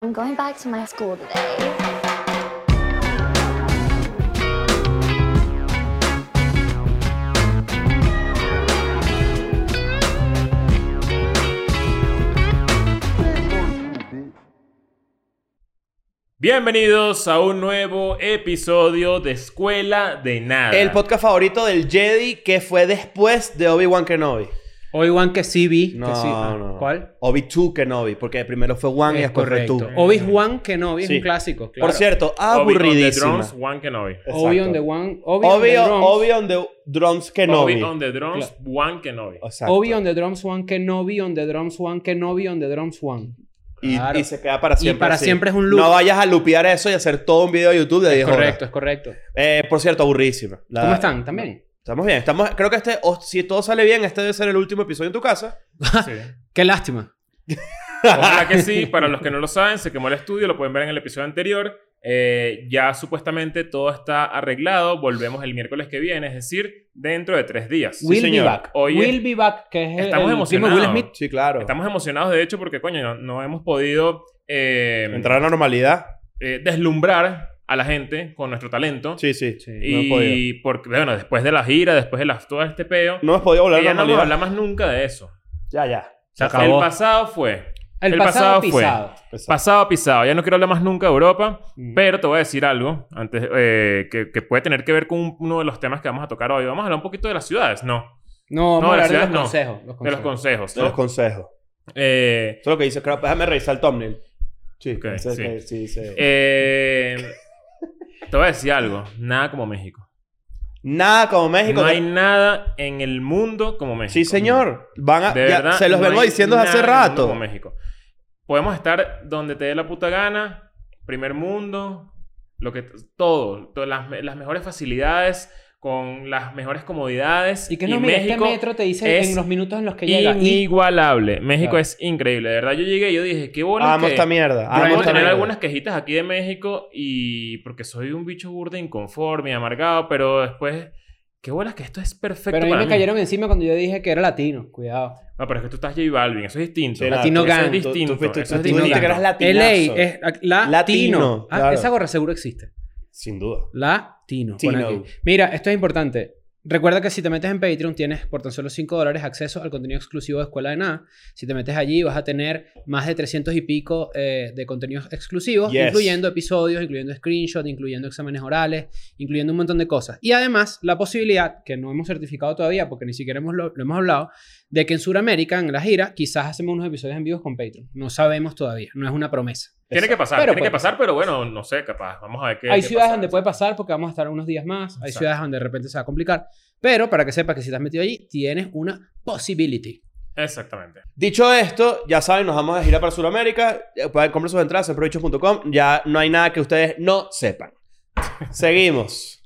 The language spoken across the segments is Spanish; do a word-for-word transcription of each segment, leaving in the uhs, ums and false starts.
I'm going back to my school today. Bienvenidos a un nuevo episodio de Escuela de Nada. El podcast favorito del Jedi que fue después de Obi-Wan Kenobi. Obi-Wan que sí vi. No, que sí. Ah, no. ¿Cuál? Obi-Two Kenobi, porque primero fue Wan y después fue Two. Obi-Wan Kenobi Sí. es un clásico, claro. Por cierto, Obi on the aburridísima. Drums, One Kenobi. Obi on the One... Obi, Obi, on the drums. Obi on the Drums Kenobi. Obi on the Drums, One Kenobi. Exacto. Obi on the drums, One Kenobi on the drums, One Kenobi on the drums, One. Y, Claro. y se queda para siempre. Y para así. siempre es un loop. No vayas a lupear eso y hacer todo un video de YouTube de Es diez correcto, horas. es correcto. Eh, por cierto, aburridísima. La- ¿Cómo están? ¿También? Estamos bien. Estamos, creo que este, o, si todo sale bien, este debe ser el último episodio en tu casa. Sí. Qué lástima. Ojalá que sí. Para los que no lo saben, se quemó el estudio. Lo pueden ver en el episodio anterior. Eh, ya supuestamente todo está arreglado. Volvemos el miércoles que viene. Es decir, dentro de tres días. Will señor. be back. Oye, Will be back, que es el, estamos el primo de emocionados. Will Smith. Sí, claro. Estamos emocionados, de hecho, porque, coño, no, no hemos podido... eh, Entrar a la normalidad. eh, deslumbrar a la gente con nuestro talento. Sí, sí. Sí. No he podido. Y porque, bueno, después de la gira, después de la, todo este peo, No hemos podido volver que a ya la no vamos a normalidad. hablar más nunca de eso. Ya, ya. Se El acabó. pasado fue. El, el pasado, pasado fue. pisado. Exacto. Pasado pisado. Ya no quiero hablar más nunca de Europa, Mm. pero te voy a decir algo antes eh, que, que puede tener que ver con uno de los temas que vamos a tocar hoy. Vamos a hablar un poquito de las ciudades, ¿no? No, vamos No, a hablar de las los no. consejos. Los De los consejos. consejos, De ¿no? los consejos. Eh, Eso es lo que dice. Creo, déjame revisar el thumbnail. Sí, Ok, ese sí. que- sí, sí. eh, te voy a decir algo. Nada como México. Nada como México. No hay nada en el mundo como México. Sí, señor. Van a, De ya, verdad, se los no vengo hay diciendo nada hace en el mundo rato. como México. Podemos estar donde te dé la puta gana, primer mundo, lo que todo, todas las, las mejores facilidades, con las mejores comodidades. Y que no, mira, este México metro te dice es en los minutos en los que llega. Y inigualable. México Claro. es increíble. De verdad, yo llegué y yo dije, qué bueno Amo que... esta mierda. Yo Amo puedo esta tener mierda. algunas quejitas aquí de México y... Porque soy un bicho burda inconforme y amargado, pero después... Qué bolas que esto es perfecto pero a mí para me mí. cayeron encima cuando yo dije que era latino. Cuidado. No, pero es que tú estás J Balvin. Eso es distinto. Sí, Latino tú- Gang. Eso es tú- tú distinto. fuiste- Eso tú es dijiste distinto. que eras latinazo. L A es latino. Latino, Ah, claro. esa gorra seguro existe. Sin duda. Latino. Tino. Pon aquí. Mira, esto es importante. Recuerda que si te metes en Patreon tienes por tan solo cinco dólares acceso al contenido exclusivo de Escuela de Nada. Si te metes allí vas a tener más de trescientos y pico eh, de contenidos exclusivos, Yes. incluyendo episodios, incluyendo screenshots, incluyendo exámenes orales, incluyendo un montón de cosas. Y además la posibilidad, que no hemos certificado todavía porque ni siquiera hemos lo, lo hemos hablado, de que en Sudamérica, en la gira, quizás hacemos unos episodios en vivo con Patreon. No sabemos todavía, no es una promesa. Tiene que pasar, Pero tiene puede que pasar, pero bueno, no sé, capaz. Vamos a ver qué Hay qué ciudades pasa. donde puede pasar porque vamos a estar unos días más. Hay Exacto. ciudades donde de repente se va a complicar. Pero para que sepas que si te has metido allí, tienes una possibility. Exactamente. Dicho esto, ya saben, nos vamos a girar para Sudamérica. Pueden comprar sus entradas en prohibichos punto com. Ya no hay nada que ustedes no sepan. Seguimos.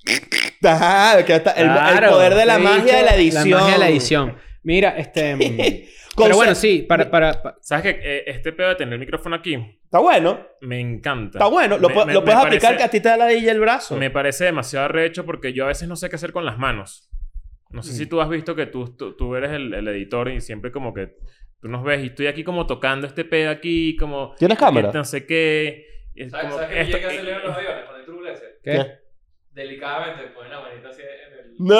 Ah, que está el, el Claro, poder de la he magia dicho, de la edición. La magia de la edición. Mira, este... mm, Conce- pero bueno, sí, para... para, para- ¿Sabes qué? Eh, este pedo de tener el micrófono aquí Está bueno. me encanta. Está bueno. Lo, Me- pu- me- lo me puedes parece- aplicar que a ti te da la y el brazo. Me parece demasiado arrecho porque yo a veces no sé qué hacer con las manos. No sé Mm. si tú has visto que tú, tú, tú eres el, el editor y siempre como que tú nos ves y estoy aquí como tocando este pedo aquí, como... ¿Tienes cámara? No sé qué... Es ¿Sabes, como ¿sabes qué esto- llega a hacer en los aviones cuando hay turbulencia? ¿Qué? ¿Qué? Delicadamente ponen la manita así en el... ¡No!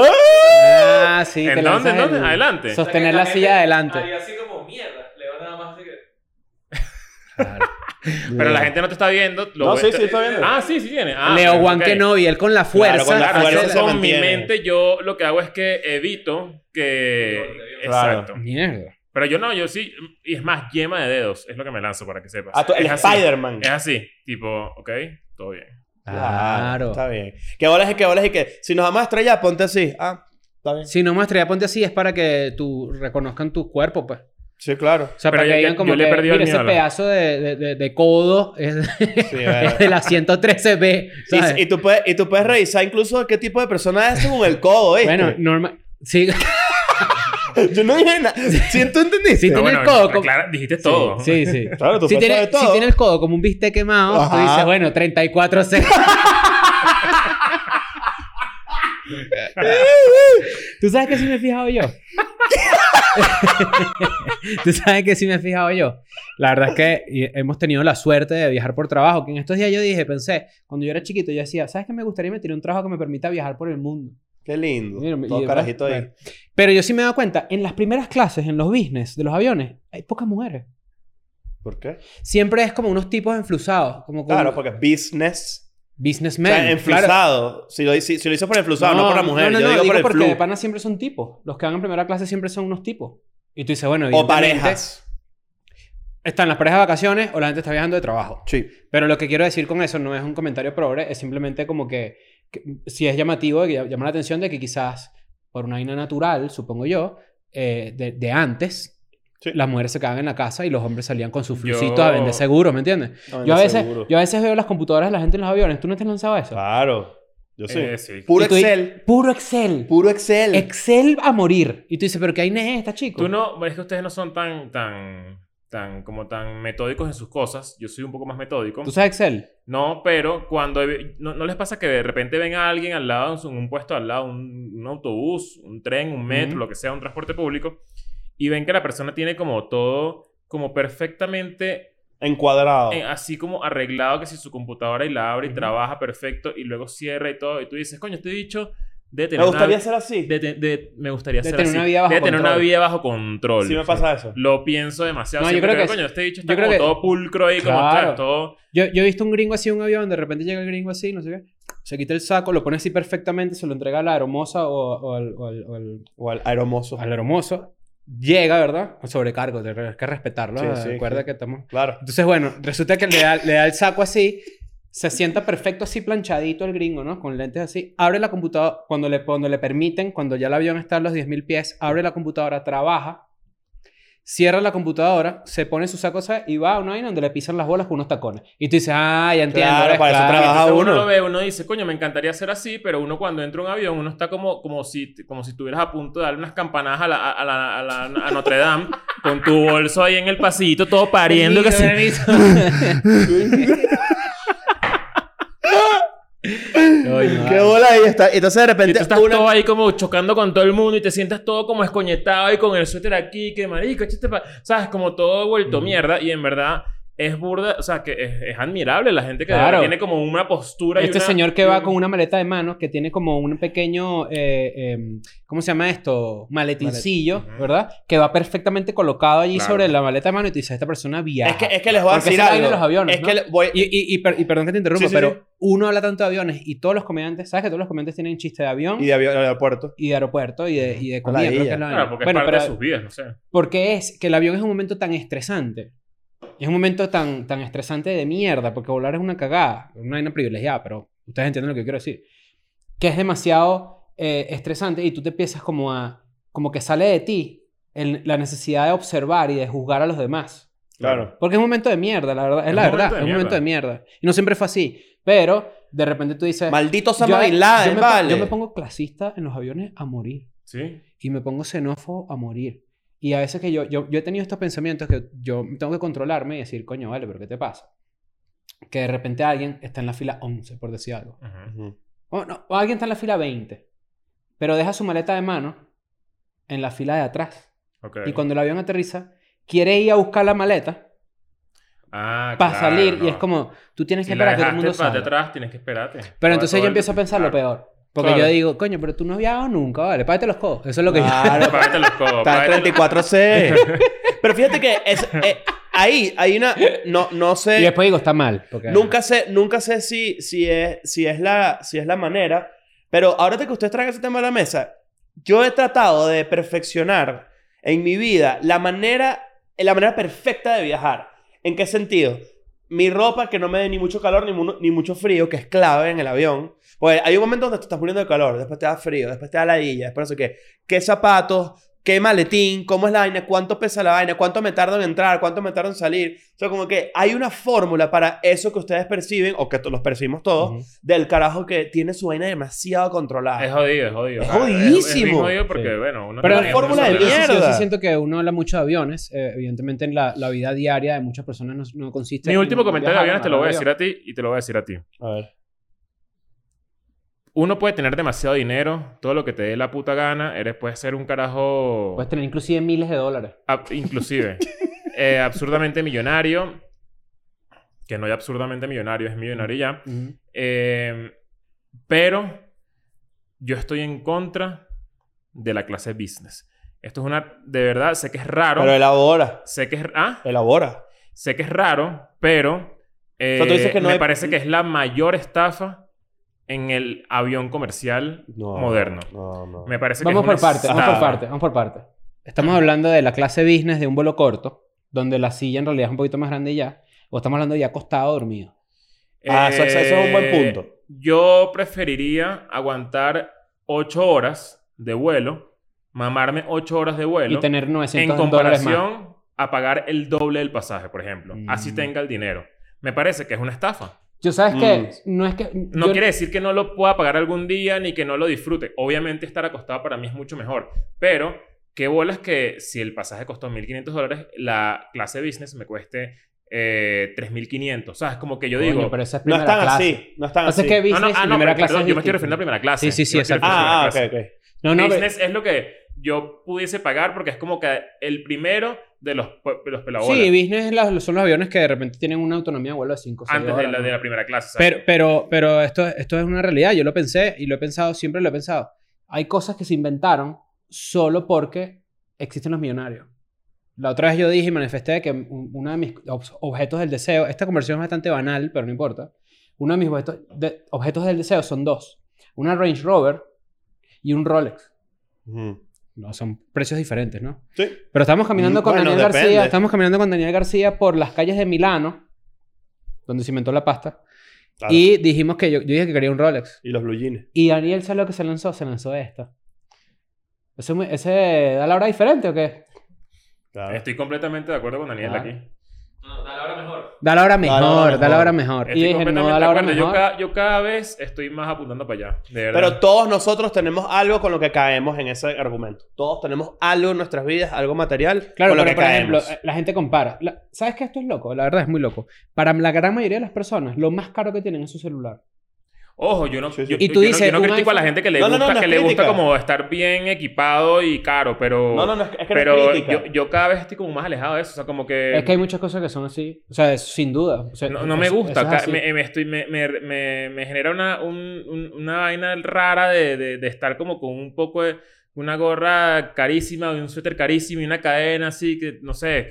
Ah, sí. ¿En te dónde? lanzas ¿En dónde? el- Adelante. Sostener O sea, la que silla gente adelante. Haría así como mierda. Le va nada más así que... Claro. Pero la gente no te está viendo. lo No, ve- sí, sí, está viendo. Ah, sí, sí tiene. Ah, Leo ok. Juan Kenobi, él con la fuerza. Claro, con la Claro, fuerza yo se con mi mantiene. mente yo lo que hago es que evito que... Claro. Exacto. Mierda. Pero yo no, yo sí... Y es más, yema de dedos. Es lo que me lanzo para que sepas. Ah, tú- el es así. Spider-Man. Es así. Tipo, ok, todo bien. Claro. Está bien. ¿Qué bolas y qué bolas y qué? Si nos vamos a estrellar, ponte así. Ah, está bien. Si no muestra, ponte así, es para que tú reconozcan tu cuerpo, pues. Sí, claro. O sea, Pero para yo- que digan yo- como yo le que, he perdido el mira, ese miedo a la- pedazo de, de, de, de codo es, de, Sí, bueno. es de la ciento trece B, ¿sabes? Y, y, tú puedes, y tú puedes revisar incluso qué tipo de persona es según el codo, ¿viste? Bueno, normal... Sí, Yo no dije nada. ¿Sí tú entendiste? Sí, Pero tiene bueno, el codo como- aclara- dijiste todo. sí, sí. Claro, tú Si puedes tiene, saber todo. si tiene el codo como un bistec quemado, tú Ajá. dices, bueno, treinta y cuatro C. ¿Tú sabes qué sí me he fijado yo? Tú sabes que sí me he fijado yo. La verdad es que y- hemos tenido la suerte de viajar por trabajo. Que en estos días yo dije, pensé, cuando yo era chiquito, yo decía, ¿sabes qué me gustaría? Me tiré un trabajo que me permita viajar por el mundo. Qué lindo. Mira, y Todo de- carajito ahí. bueno. Pero yo sí me he dado cuenta, en las primeras clases, en los business de los aviones, hay pocas mujeres. ¿Por qué? Siempre es como unos tipos enflusados. Como con Claro, porque business... O businessmen. sea, claro. enflusado. Si, lo, si, si lo hizo por enflusado, no, por la mujer. No, no, Yo no, digo, digo por el porque flu. de pana siempre son tipos. Los que van en primera clase siempre son unos tipos. Y tú dices, bueno, O evidentemente, parejas. están las parejas de vacaciones o la gente está viajando de trabajo. Sí. Pero lo que quiero decir con eso no es un comentario progre, es simplemente como que, que si es llamativo, que llama la atención de que quizás por una vaina natural, supongo yo, eh, de, de antes, Sí. las mujeres se quedaban en la casa y los hombres salían con sus Yo- flucitos a vender seguros, ¿me entiendes? No, Yo a, de veces, seguro. yo a veces veo las computadoras de la gente en los aviones. ¿Tú no te has lanzado eso? Claro. Yo sí. Eh, sí. Puro Y tú di- Excel. Puro Excel. Puro Excel. Excel a morir. Y tú dices, ¿pero qué hay en esta, chico? Tú no... Es que ustedes no son tan... tan... tan... como tan metódicos en sus cosas. Yo soy un poco más metódico. ¿Tú sabes Excel? No, pero cuando... No, no les pasa que de repente ven a alguien al lado, en un puesto al lado, un, un autobús, un tren, un metro, Ujú. lo que sea, un transporte público, y ven que la persona tiene como todo... como perfectamente... Encuadrado. eh, así como arreglado, que si su computadora y la abre y Ujú. trabaja perfecto, y luego cierra y todo, y tú dices, coño, este dicho de Me tener gustaría una... ser así. de, de- de- me gustaría De ser tener así. una vida bajo de tener una control. vida bajo control. Sí me pasa eso. Lo pienso demasiado. No, yo Siempre creo que coño, es- este dicho está yo creo como que- todo pulcro ahí, como Claro. tal, todo... Yo, yo he visto un gringo así en un avión, de repente llega el gringo así, no sé qué, se quita el saco, lo pone así perfectamente, se lo entrega a la aeromoza o, o al, o al- o al- O al aeromoso. al aeromozo. Llega, ¿verdad? Con sobrecargo, te- hay que respetarlo. Sí, ¿eh? sí, Recuerda sí. que estamos... Claro. Entonces, bueno, resulta que le da, le da el saco así, se sienta perfecto así planchadito el gringo, ¿no? Con lentes así. Abre la computadora, cuando le, cuando le permiten, cuando ya el avión está a los diez mil pies, abre la computadora, trabaja, cierra la computadora, se pone su saco ¿sabes? Y va a una vaina donde le pisan las bolas con unos tacones. Y tú dices, ah, ya entiendo. Claro, ¿ves? para eso Claro. trabaja. Entonces uno. uno lo ve, uno dice, coño, me encantaría ser así, pero uno cuando entra a un avión, uno está como, como, si, como si estuvieras a punto de darle unas campanadas a, la, a, la, a, la, a Notre Dame, con tu bolso ahí en el pasillito, todo pariendo. que se... Qué bola ahí está. Entonces de Y repente tú estás una- todo ahí como chocando con todo el mundo y te sientas todo como escoñetado y con el suéter aquí, que marico, échate pa... ¿Sabes? Como todo vuelto Ujú. mierda y en verdad es burda, o sea, que es, es admirable la gente que de Claro. verdad tiene como una postura y Este una... señor que y va un- con una maleta de mano que tiene como un pequeño, eh, eh, ¿cómo se llama esto? Maletincillo, Malet- Ujú. ¿verdad? Que va perfectamente colocado allí Claro. sobre la maleta de mano y tú dices, esta persona viaja. Es que, es que les voy a Porque decir esa es la vaina algo. de los aviones, es ¿no? que le- voy... Y, y, y, per- y perdón que te interrumpa, Sí, sí, pero sí. uno habla tanto de aviones y todos los comediantes, ¿sabes que todos los comediantes tienen chiste de avión Y y de de, avi- aeropuerto. aeropuerto y de, y de Una comida? Creo que ladilla. es la Claro, vaina. porque Bueno, es parte pero de sus vidas, no sé. porque es que el avión es un momento tan estresante. Es un momento tan, tan estresante de mierda, porque volar es una cagada, una vaina privilegiada, pero ustedes entienden lo que yo quiero decir. Que es demasiado eh, estresante y tú te empiezas como a... como que sale de ti el- la necesidad de observar y de juzgar a los demás. Claro. Porque es un momento de mierda, la verdad. Es, Es la un verdad, momento de es un momento de mierda. Y no siempre fue así. Pero de repente tú dices... Maldito yo, Osama Bin Laden, yo me, vale. yo me pongo clasista en los aviones a morir. Sí. Y me pongo xenófobo a morir. Y a veces que yo, yo, yo he tenido estos pensamientos que yo tengo que controlarme y decir, coño, vale, pero ¿qué te pasa? Que de repente alguien está en la fila once, por decir algo. Ujú. Ujú. O, no, o alguien está en la fila veinte, pero deja su maleta de mano en la fila de atrás. Ok. Y cuando el avión aterriza, quiere ir a buscar la maleta Ah, para claro, salir. no. Y es como, tú tienes que Si la esperar a que todo el dejaste mundo para salga. atrás, tienes que esperarte. Pero Todo- entonces todo yo el- empiezo a pensar lo claro. peor. Porque Claro. yo digo, coño, pero tú no has viajado nunca, vale, págate los codos. Eso es lo que yo... Claro. Págate los codos. Está en págate treinta y los- cuatro C. Pero fíjate que es, eh, ahí hay una... No, no sé... Y después digo, está mal. Porque... Nunca sé, nunca sé si, si, es, si, es la, si es la manera. Pero ahora que usted traiga ese tema a la mesa, yo he tratado de perfeccionar en mi vida la manera, la manera perfecta de viajar. ¿En qué sentido? Mi ropa que no me dé ni mucho calor ni, mu- ni mucho frío, que es clave en el avión. Pues hay un momento donde te estás muriendo de calor, después te da frío, después te da ladilla, después no sé qué. ¿Qué zapatos? ¿Qué maletín? ¿Cómo es la vaina? ¿Cuánto pesa la vaina? ¿Cuánto me tardo en entrar? ¿Cuánto me tardo en salir? O sea, como que hay una fórmula para eso que ustedes perciben, o que to- los percibimos todos, Ujú. del carajo que tiene su vaina demasiado controlada. Es jodido, es jodido. Es O sea, jodidísimo. Es, es bien jodido porque, Sí. bueno, uno Pero la tiene fórmula mucho de yo sí- problema. mierda. Yo sí siento que uno habla mucho de aviones. Eh, evidentemente, en la, la vida diaria de muchas personas no, no consiste Mi en último comentario de viajar, aviones te lo voy a avión. decir a ti y te lo voy a decir a ti. A ver. uno puede tener demasiado dinero, todo lo que te dé la puta gana, eres, puedes ser un carajo... Puedes tener inclusive miles de dólares. ab- inclusive. eh, absurdamente millonario. Que no hay absurdamente millonario, es millonario ya. Ujú. Eh, pero yo estoy en contra de la clase business. Esto es una... De verdad, sé que es raro. Pero elabora. Sé que es... ¿Ah? Elabora. Sé que es raro, pero... eh, O sea, tú dices que no me hay- parece que es la mayor estafa en el avión comercial No, moderno. No, no. Me parece que Vamos es una por partes, vamos por estafa. partes, vamos por partes. Estamos hablando de la clase business de un vuelo corto, donde la silla en realidad es un poquito más grande y ya. O estamos hablando ya acostado, dormido. Ah, eso- eso es un buen punto. Eh, Yo preferiría aguantar ocho horas de vuelo, mamarme ocho horas de vuelo, Y tener en novecientos dólares más. comparación a pagar el doble del pasaje, por ejemplo. Mm. Así tenga el dinero. Me parece que es una estafa. Yo sabes Mm. que no es que... No yo- quiere decir que no lo pueda pagar algún día ni que no lo disfrute. Obviamente estar acostado para mí es mucho mejor. Pero, qué bolas que si el pasaje costó mil quinientos dólares, la clase business me cueste eh, tres mil quinientos. ¿Sabes? Como que yo Coño, digo... pero esa es No primera están clase. así. No están O sea, así. es que No, no, business ah, y no, primera pero- clase perdón, es yo me estoy distinto. refiriendo a primera clase. Sí, sí, sí, Yo me estoy exacto. refiriendo a Ah, ah, primera ok, clase. ok. No, no, pero- Business es lo que yo pudiese pagar porque es como que el primero de los, de los pelabolas. Sí, business es la- son los aviones que de repente tienen una autonomía de vuelo de cinco o seis Antes de horas, la, ¿no? de la primera clase. ¿sabes? Pero, pero, pero esto, esto es una realidad. Yo lo pensé y lo he pensado, siempre lo he pensado. Hay cosas que se inventaron solo porque existen los millonarios. La otra vez yo dije y manifesté que un- uno de mis ob- objetos del deseo, esta conversión es bastante banal, pero no importa. Uno de mis objetos, de- objetos del deseo son dos. Una Range Rover y un Rolex. Ujú. No, son precios diferentes, ¿no? Sí. Pero estamos caminando Mm, con bueno, Daniel depende. García, estamos caminando con Daniel García por las calles de Milano, donde se inventó la pasta. Claro. Y dijimos que yo, yo dije que quería un Rolex. Y los blue jeans. Y Daniel, ¿sabes lo que se lanzó? Se lanzó esta. ¿Ese, me- ese da la hora diferente o qué? Claro. Estoy completamente de acuerdo con Daniel Claro. aquí. No, dale ahora mejor. Da la hora mejor, la hora da la hora mejor. mejor. Y Estoy dije, no, completamente da de la hora acuerdo. Yo mejor. cada, yo cada vez estoy más apuntando para allá. De verdad. Pero todos nosotros tenemos algo con lo que caemos en ese argumento. Todos tenemos algo en nuestras vidas, algo material Claro, con lo pero que por ejemplo, caemos. eh, la gente compara. La- ¿Sabes que esto es loco? La verdad es muy loco. Para la gran mayoría de las personas, lo más caro que tienen es su celular. Ojo, yo no, Sí, sí. yo, Y tú yo no- dices, yo no un critico a la iPhone- gente que le No, no, gusta, no, no que es le gusta crítica. como estar bien equipado y caro, pero... No, no, no, es que, es que no pero es crítica. yo, yo cada vez estoy como más alejado de eso. O sea, como que... Es que hay muchas cosas que son así. O sea, es- sin duda. O sea, No, no me eso- gusta. eso es Ca- así. me, me estoy, me, me, me, me genera una, un- un- una vaina rara de, de, de estar como con un poco de... Una gorra carísima, un suéter carísimo y una cadena así que, no sé...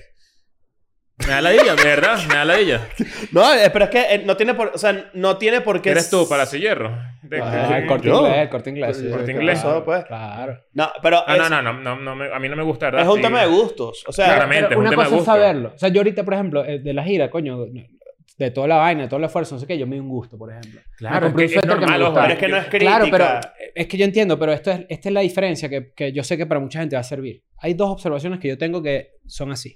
Me da ladilla, de verdad, me da ladilla. No, eh, pero es que eh, no tiene por... O sea, no tiene por qué... ¿Eres tú, Palacio Hierro? De- Ah, el corte Yo. inglés, el corte inglés. sí. Corte ¿Qué inglés. pasó, pues? Claro. No, pero Ah, es, no, no, no, no, no me- a mí no me gusta, ¿verdad? es un Sí. tema de gustos. O sea, Claramente. Pero es un una tema de cosa es gusto. saberlo. O sea, yo ahorita, por ejemplo, eh, de la gira, coño, de toda la vaina, de todo el esfuerzo, no sé qué, yo me di un gusto, por ejemplo. Me Claro, compré es un que es suéter que me normal, ojo, gustaba. pero es que no es crítica. Claro, pero es que yo entiendo, pero esto es, esta es la diferencia que, que yo sé que para mucha gente va a servir. Hay dos observaciones que yo tengo que son así.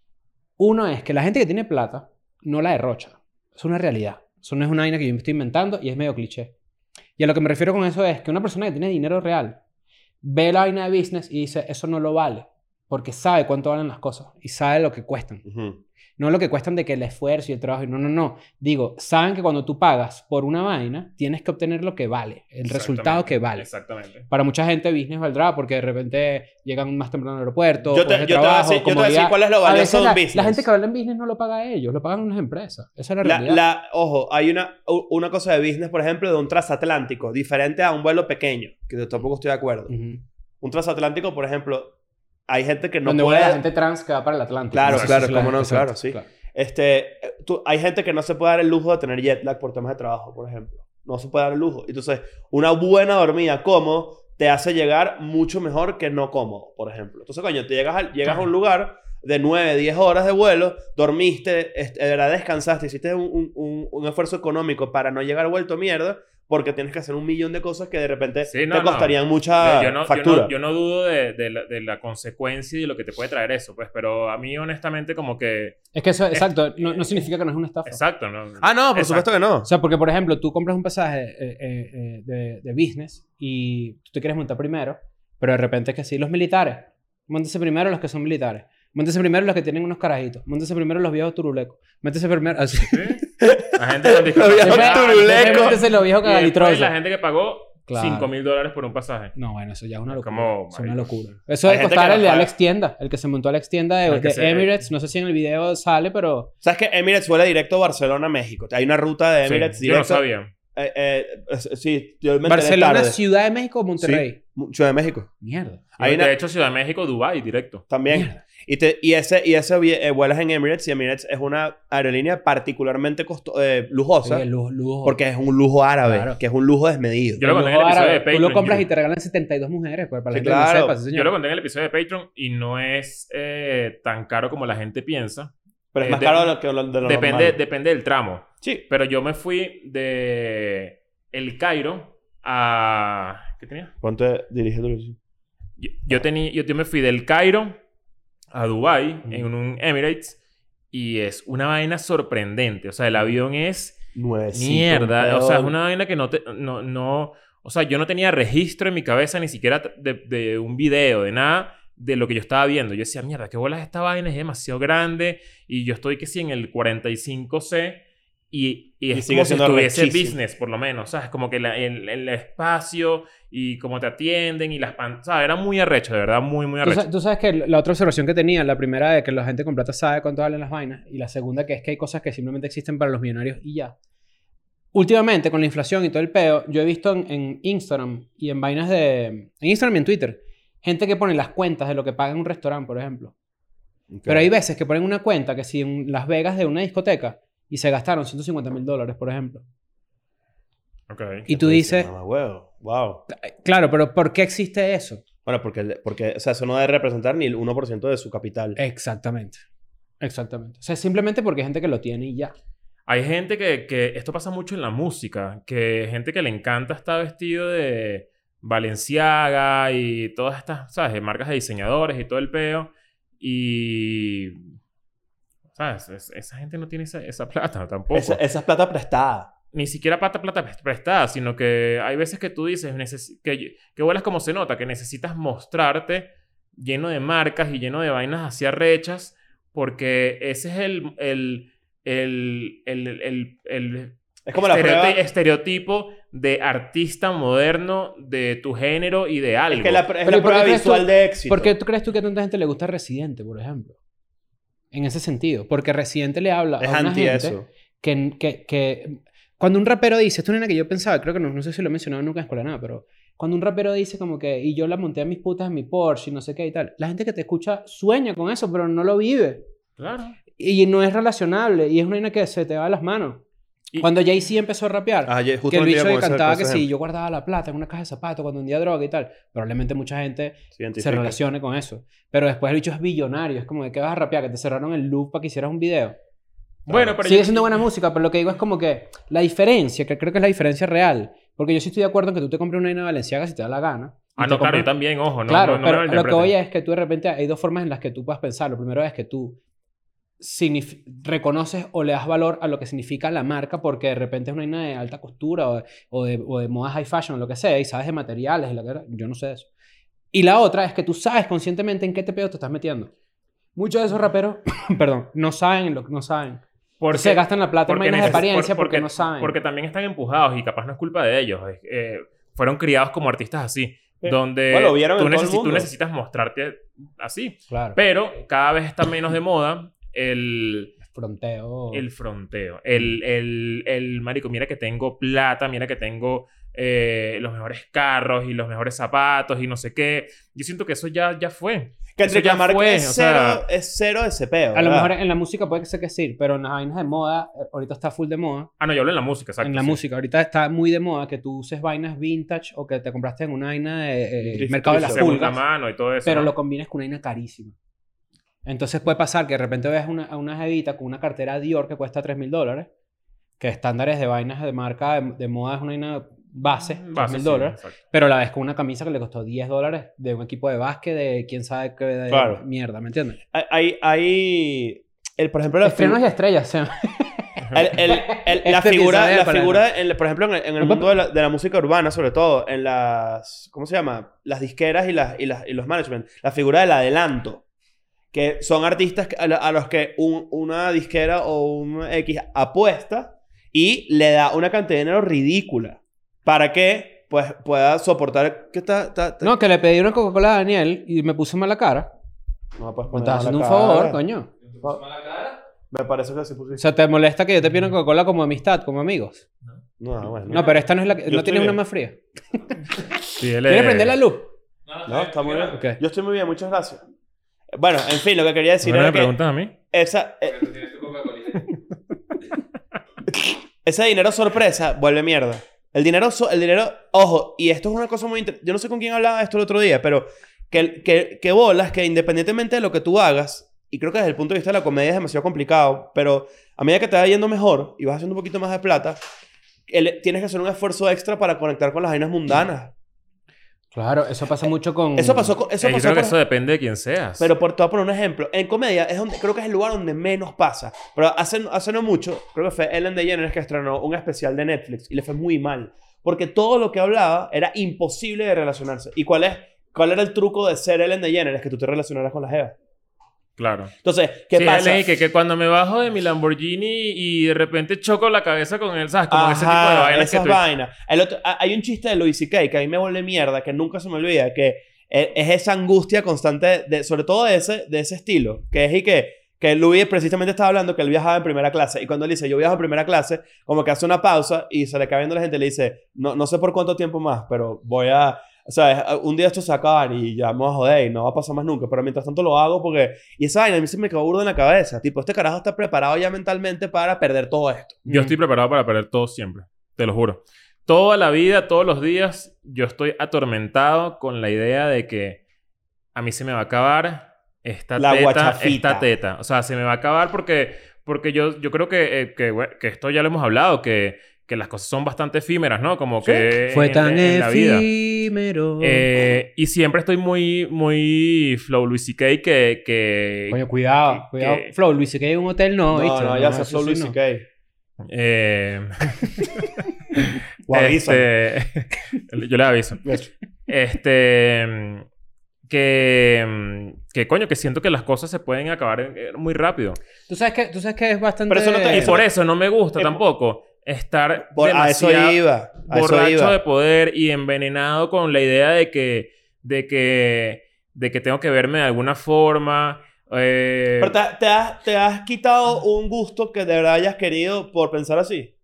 Uno es que la gente que tiene plata no la derrocha. Es una realidad. Eso no es una vaina que yo me estoy inventando y es medio cliché. Y a lo que me refiero con eso es que una persona que tiene dinero real ve la vaina de business y dice, eso no lo vale. Porque sabe cuánto valen las cosas y sabe lo que cuestan. Ujú. No lo que cuestan de que el esfuerzo y el trabajo. No, no, no. Digo, saben que cuando tú pagas por una vaina, tienes que obtener lo que vale. El resultado que vale. Exactamente. Para mucha gente, business valdrá porque de repente llegan más temprano al aeropuerto. Yo te- cosas de yo te voy a trabajo, decir- yo te voy a decir comodidad. cuál es lo A valioso veces de un la, business. La gente que habla en business no lo paga a ellos, lo pagan unas empresas. Esa es la La, realidad. la- ojo, hay una, u- una cosa de business, por ejemplo, de un transatlántico, diferente a un vuelo pequeño, que yo tampoco estoy de acuerdo. Ujú. Un transatlántico, por ejemplo, hay gente que no Donde puede... vuela la gente trans que va para el Atlántico. Claro, Eso claro, es la- cómo no, exacto, claro, sí. Este, tú- hay gente que no se puede dar el lujo de tener jet lag por temas de trabajo, por ejemplo. No se puede dar el lujo. Entonces, una buena dormida cómodo te hace llegar mucho mejor que no cómodo, por ejemplo. Entonces, coño, te llegas, al- llegas a un lugar de nueve, diez horas de vuelo, dormiste, este, de verdad descansaste, hiciste un, un, un, un esfuerzo económico para no llegar vuelto mierda, porque tienes que hacer un millón de cosas que de repente Sí, no, te no. costarían mucha yo, no, yo, factura. no, yo no dudo de, de, la, de la consecuencia y de lo que te puede traer eso, pues, pero a mí honestamente como que... Es que eso, exacto, no, no significa que no es una estafa. Exacto, ¿no? Ah, no, por Exacto. supuesto que no. O sea, porque por ejemplo, tú compras un pasaje eh, eh, eh, de, de business y tú te quieres montar primero, pero de repente es que sí, los militares. Móntese primero los que son militares. Móntese primero los que tienen unos carajitos. Móntese primero los viejos turulecos. Móntese primero... Así. ¿Sí? La gente con Los viejos discapacidad. turulecos. Móntese los viejos Y después cagalitrosos. la gente que pagó Claro. cinco mil dólares por un pasaje. No, bueno, eso ya es una locura. Como, es una marico. locura. Eso Hay de gente costar que el de la paga. Alex Tienda, el que se montó Alex Tienda de, El que de se- Emirates. No sé si en el video sale, pero... ¿Sabes que Emirates vuela directo a Barcelona, México? Hay una ruta de Sí, Emirates yo no directo. sabía. Eh, eh, eh, sí, yo me enteré Barcelona, tarde. Ciudad de México o Monterrey. Sí, Mu- Ciudad de México. Mierda. Hay de una- hecho, Ciudad de México, Dubái, directo. También. Mierda. Y, te, y ese, y ese vi- eh, vuelas en Emirates y Emirates es una aerolínea particularmente costo- eh, lujosa Sí, el lujo, lujo. porque es un lujo árabe, Claro. que es un lujo desmedido. Yo lo El conté en el lujo episodio árabe. de Tú lo Patreon, compras yo- y te regalan setenta y dos mujeres, pues, para Sí, que claro. lo sepas, sí, señor. Yo lo conté en el episodio de Patreon y no es eh, tan caro como la gente piensa. Pero es Eh, más de- caro de lo que lo, de lo Depende, normal. depende del tramo. Sí. Pero yo me fui de El Cairo a... ¿Qué tenía? Ponte, dirígelo. Yo, yo, tenía, yo, yo me fui del Cairo a Dubái Ujú. en un Emirates y es una vaina sorprendente. O sea, el avión es Nuevecito. mierda. O sea, es peor. una vaina que no te... No, no, o sea, yo no tenía registro en mi cabeza ni siquiera de, de un video, de nada de lo que yo estaba viendo. Yo decía, mierda, qué bolas esta vaina, es demasiado grande y yo estoy que sí en el cuarenta y cinco C y, y Y es sigue como si siendo estuviese rechísimo. business, por lo menos, ¿sabes? Como que la- el, el espacio y cómo te atienden y las pan... ¿Sabes? Era muy arrecho, de verdad, muy, muy Tú, arrecho. sa- tú sabes que la otra observación que tenía, la primera de que la gente con plata sabe cuánto valen las vainas, y la segunda que es que hay cosas que simplemente existen para los millonarios y ya. Últimamente, con la inflación y todo el peo, yo he visto en, en Instagram y en vainas de... En Instagram y en Twitter, gente que pone las cuentas de lo que paga en un restaurante, por ejemplo. Ok. Pero hay veces que ponen una cuenta que si en Las Vegas de una discoteca y se gastaron ciento cincuenta mil dólares, por ejemplo. Ok. Y tú dices, Mamá, huevo. Wow. claro, pero ¿por qué existe eso? Bueno, porque, porque o sea, eso no debe representar ni el uno por ciento de su capital. Exactamente. Exactamente. O sea, simplemente porque hay gente que lo tiene y ya. Hay gente que, que... Esto pasa mucho en la música. Que gente que le encanta estar vestido de Balenciaga y todas estas, ¿sabes? De marcas de diseñadores y todo el peo. Y... ¿Sabes? Es- esa gente no tiene esa, esa plata tampoco. Esa, esa es plata prestada. Ni siquiera plata, plata prestada, sino que hay veces que tú dices neces- que, que vuelas como se nota, que necesitas mostrarte lleno de marcas y lleno de vainas así arrechas, porque ese es el, el, el, el, el, el Es como la estereoti- prueba... estereotipo de artista moderno de tu género y de algo. Es que la, es Pero, la ¿y por qué prueba crees tú- visual de éxito. ¿Por qué tú crees tú que a tanta gente le gusta Residente, por ejemplo? En ese sentido. Porque Residente le habla Es a una anti gente eso. que, que, que... Cuando un rapero dice... Esto es una que yo pensaba, creo que no, no sé si lo he mencionado nunca en escuela nada, pero... Cuando un rapero dice como que... Y yo la monté a mis putas en mi Porsche y no sé qué y tal. La gente que te escucha sueña con eso, pero no lo vive. Claro. Y no es relacionable. Y es una vaina que se te va de las manos. Y- Cuando Jay-Z empezó a rapear... Ah, ya- justo que el me iba bicho con que ese- cantaba con que ese si ejemplo. yo guardaba la plata en una caja de zapatos cuando vendía droga y tal. Probablemente mucha gente Se se identifica. relacione con eso. Pero después el bicho es billonario. Es como de que vas a rapear, que te cerraron el loop para que hicieras un video. Bueno, pero Sigue yo- siendo buena música, pero lo que digo es como que la diferencia, que creo que es la diferencia real. Porque yo sí estoy de acuerdo en que tú te compres una vaina Valenciaga si te da la gana. y Ah, te no, claro, compres- yo también, ojo. No, claro, no, no pero me lo que malinterpreten. voy es que tú de repente hay dos formas en las que tú puedes pensar. Lo primero es que tú signif- reconoces o le das valor a lo que significa la marca porque de repente es una vaina de alta costura o de, o de, o de moda high fashion o lo que sea y sabes de materiales y lo que era. Yo no sé de eso. Y la otra es que tú sabes conscientemente en qué te pedo te estás metiendo. Muchos de esos raperos, perdón, no saben en lo que no saben. Porque- Se gastan la plata en porque vainas de neces- apariencia por- porque, no saben. Porque también están empujados y capaz no es culpa de ellos. Es- eh, fueron criados como artistas así. Sí. Donde Bueno, lo vieron tú, en todo el necesi- tú mundo. necesitas mostrarte así. Claro. Pero cada vez está menos de moda el, Fronteo. el fronteo. El, el, el, marico, mira que tengo plata, mira que tengo eh, los mejores carros y los mejores zapatos y no sé qué. Yo siento que eso ya, ya fue. Que Eso entre ya la marca fue, es, o cero, sea- es cero ese peo. A lo ¿verdad? mejor en la música puede que sea que sí, pero en las vainas de moda, eh, ahorita está full de moda. Ah, no, yo hablo en la música, exacto. en la sí. música, ahorita está muy de moda que tú uses vainas vintage o que te compraste en una vaina de eh, Thrift- mercado de las thrift, Segunda pulgas, mano y todo eso. pero ¿no? lo combines con una vaina carísima. Entonces puede pasar que de repente veas una, a una jevita con una cartera Dior que cuesta tres mil dólares, que estándares de vainas de marca de, de moda es una vaina base, tres Base, mil sí, dólares, exacto. pero la ves con una camisa que le costó diez dólares de un equipo de básquet de quién sabe qué de Claro. mierda, ¿me entiendes? Hay, hay, hay- el, por ejemplo, la, Estrenos y figu- estrellas, o sea. el- el- el- la Este figura, episodio la para- figura en- por ejemplo, en el, en el mundo de la, de la música urbana, sobre todo, en las, ¿cómo se llama? Las disqueras y, las, y, las, y los management. La figura del adelanto. Que son artistas que- a, lo- a los que un- una disquera o un X apuesta y le da una cantidad de dinero ridícula. ¿Para qué? pues, pueda soportar que está... está- está- No, que le pedí una Coca-Cola a Daniel y me puso mala cara. no me puedes Me poner estás mala haciendo un cara. favor, coño. ¿Te puso mala cara? Me parece que sí O pusiste. sea, ¿te molesta que yo te pida una Coca-Cola como amistad, como amigos? No, bueno. No, pero esta no es la que... Yo ¿No estoy tienes una bien. más fría? Sí, él ¿Quieres es- prender la luz? No, No, está muy bien. Ok. Yo estoy muy bien, muchas gracias. Bueno, en fin, lo que quería decir ¿No era me que preguntas a mí? esa, eh, Porque tú tienes tu Coca-Cola. ese dinero sorpresa vuelve mierda. El dinero, so- el dinero, ojo, y esto es una cosa muy interesante. Yo no sé con quién hablaba esto el otro día, pero que, que, que bolas que independientemente de lo que tú hagas, y creo que desde el punto de vista de la comedia es demasiado complicado, pero a medida que te va yendo mejor y vas haciendo un poquito más de plata, el- tienes que hacer un esfuerzo extra para conectar con las vainas mundanas. Claro, eso pasa mucho con... Eso pasó con... Eso Eh, yo pasó creo que con- eso depende de quién seas. Pero por, te voy a poner un ejemplo. En comedia es donde, creo que es el lugar donde menos pasa. Pero hace, hace no mucho, creo que fue Ellen DeGeneres que estrenó un especial de Netflix y le fue muy mal. Porque todo lo que hablaba era imposible de relacionarse. ¿Y cuál es? ¿Cuál era el truco de ser Ellen DeGeneres? Que tú te relacionaras con la jeva. Claro. Entonces, ¿qué Sí, pasa? él es que, que cuando me bajo de mi Lamborghini y de repente choco la cabeza con él, ¿sabes? Como ese tipo de Ajá, vainas que esas tú... vainas. El otro- a- hay un chiste de Louis C K que a mí me vuelve mierda, que nunca se me olvida, que es, es esa angustia constante, de, sobre todo de ese, de ese estilo, que es y que, que Louis precisamente estaba hablando que él viajaba en primera clase, y cuando él dice, yo viajo en primera clase, como que hace una pausa y se le cae viendo a la gente y le dice, no, no sé por cuánto tiempo más, pero voy a... O sea, un día esto se va a acabar y ya vamos a joder y no va a pasar más nunca. Pero mientras tanto lo hago porque... Y esa vaina a mí se me quedó burdo en la cabeza. Tipo, este carajo está preparado ya mentalmente para perder todo esto. Yo Mm. estoy preparado para perder todo siempre. Te lo juro. Toda la vida, todos los días, yo estoy atormentado con la idea de que a mí se me va a acabar esta La teta, guachafita. esta teta. O sea, se me va a acabar porque, porque yo, yo creo que, eh, que, bueno, que esto ya lo hemos hablado, que, que las cosas son bastante efímeras, ¿no? Como Sí. que Fue en, tan en la vida. efímero. Eh, y siempre estoy muy, muy flow Louis C K que... que Coño, cuidado, que- cuidado. que- Flow, Luis, que hay un hotel, no, No, ¿viste? no, ya se eso flow sí Louis no. C K. eh, O avísame. este, yo le aviso. Este... mm, Que... mm, Que coño, que siento que las cosas se pueden acabar eh, muy rápido. ¿Tú sabes que, tú sabes que es bastante... Pero eso no te- Y Eso- por eso no me gusta Eh, tampoco estar Por- a eso demasiado iba. A eso borracho iba. de poder y envenenado con la idea de que... De que... De que tengo que verme de alguna forma. Eh, Pero te, te has, te has quitado un gusto que de verdad hayas querido por pensar así.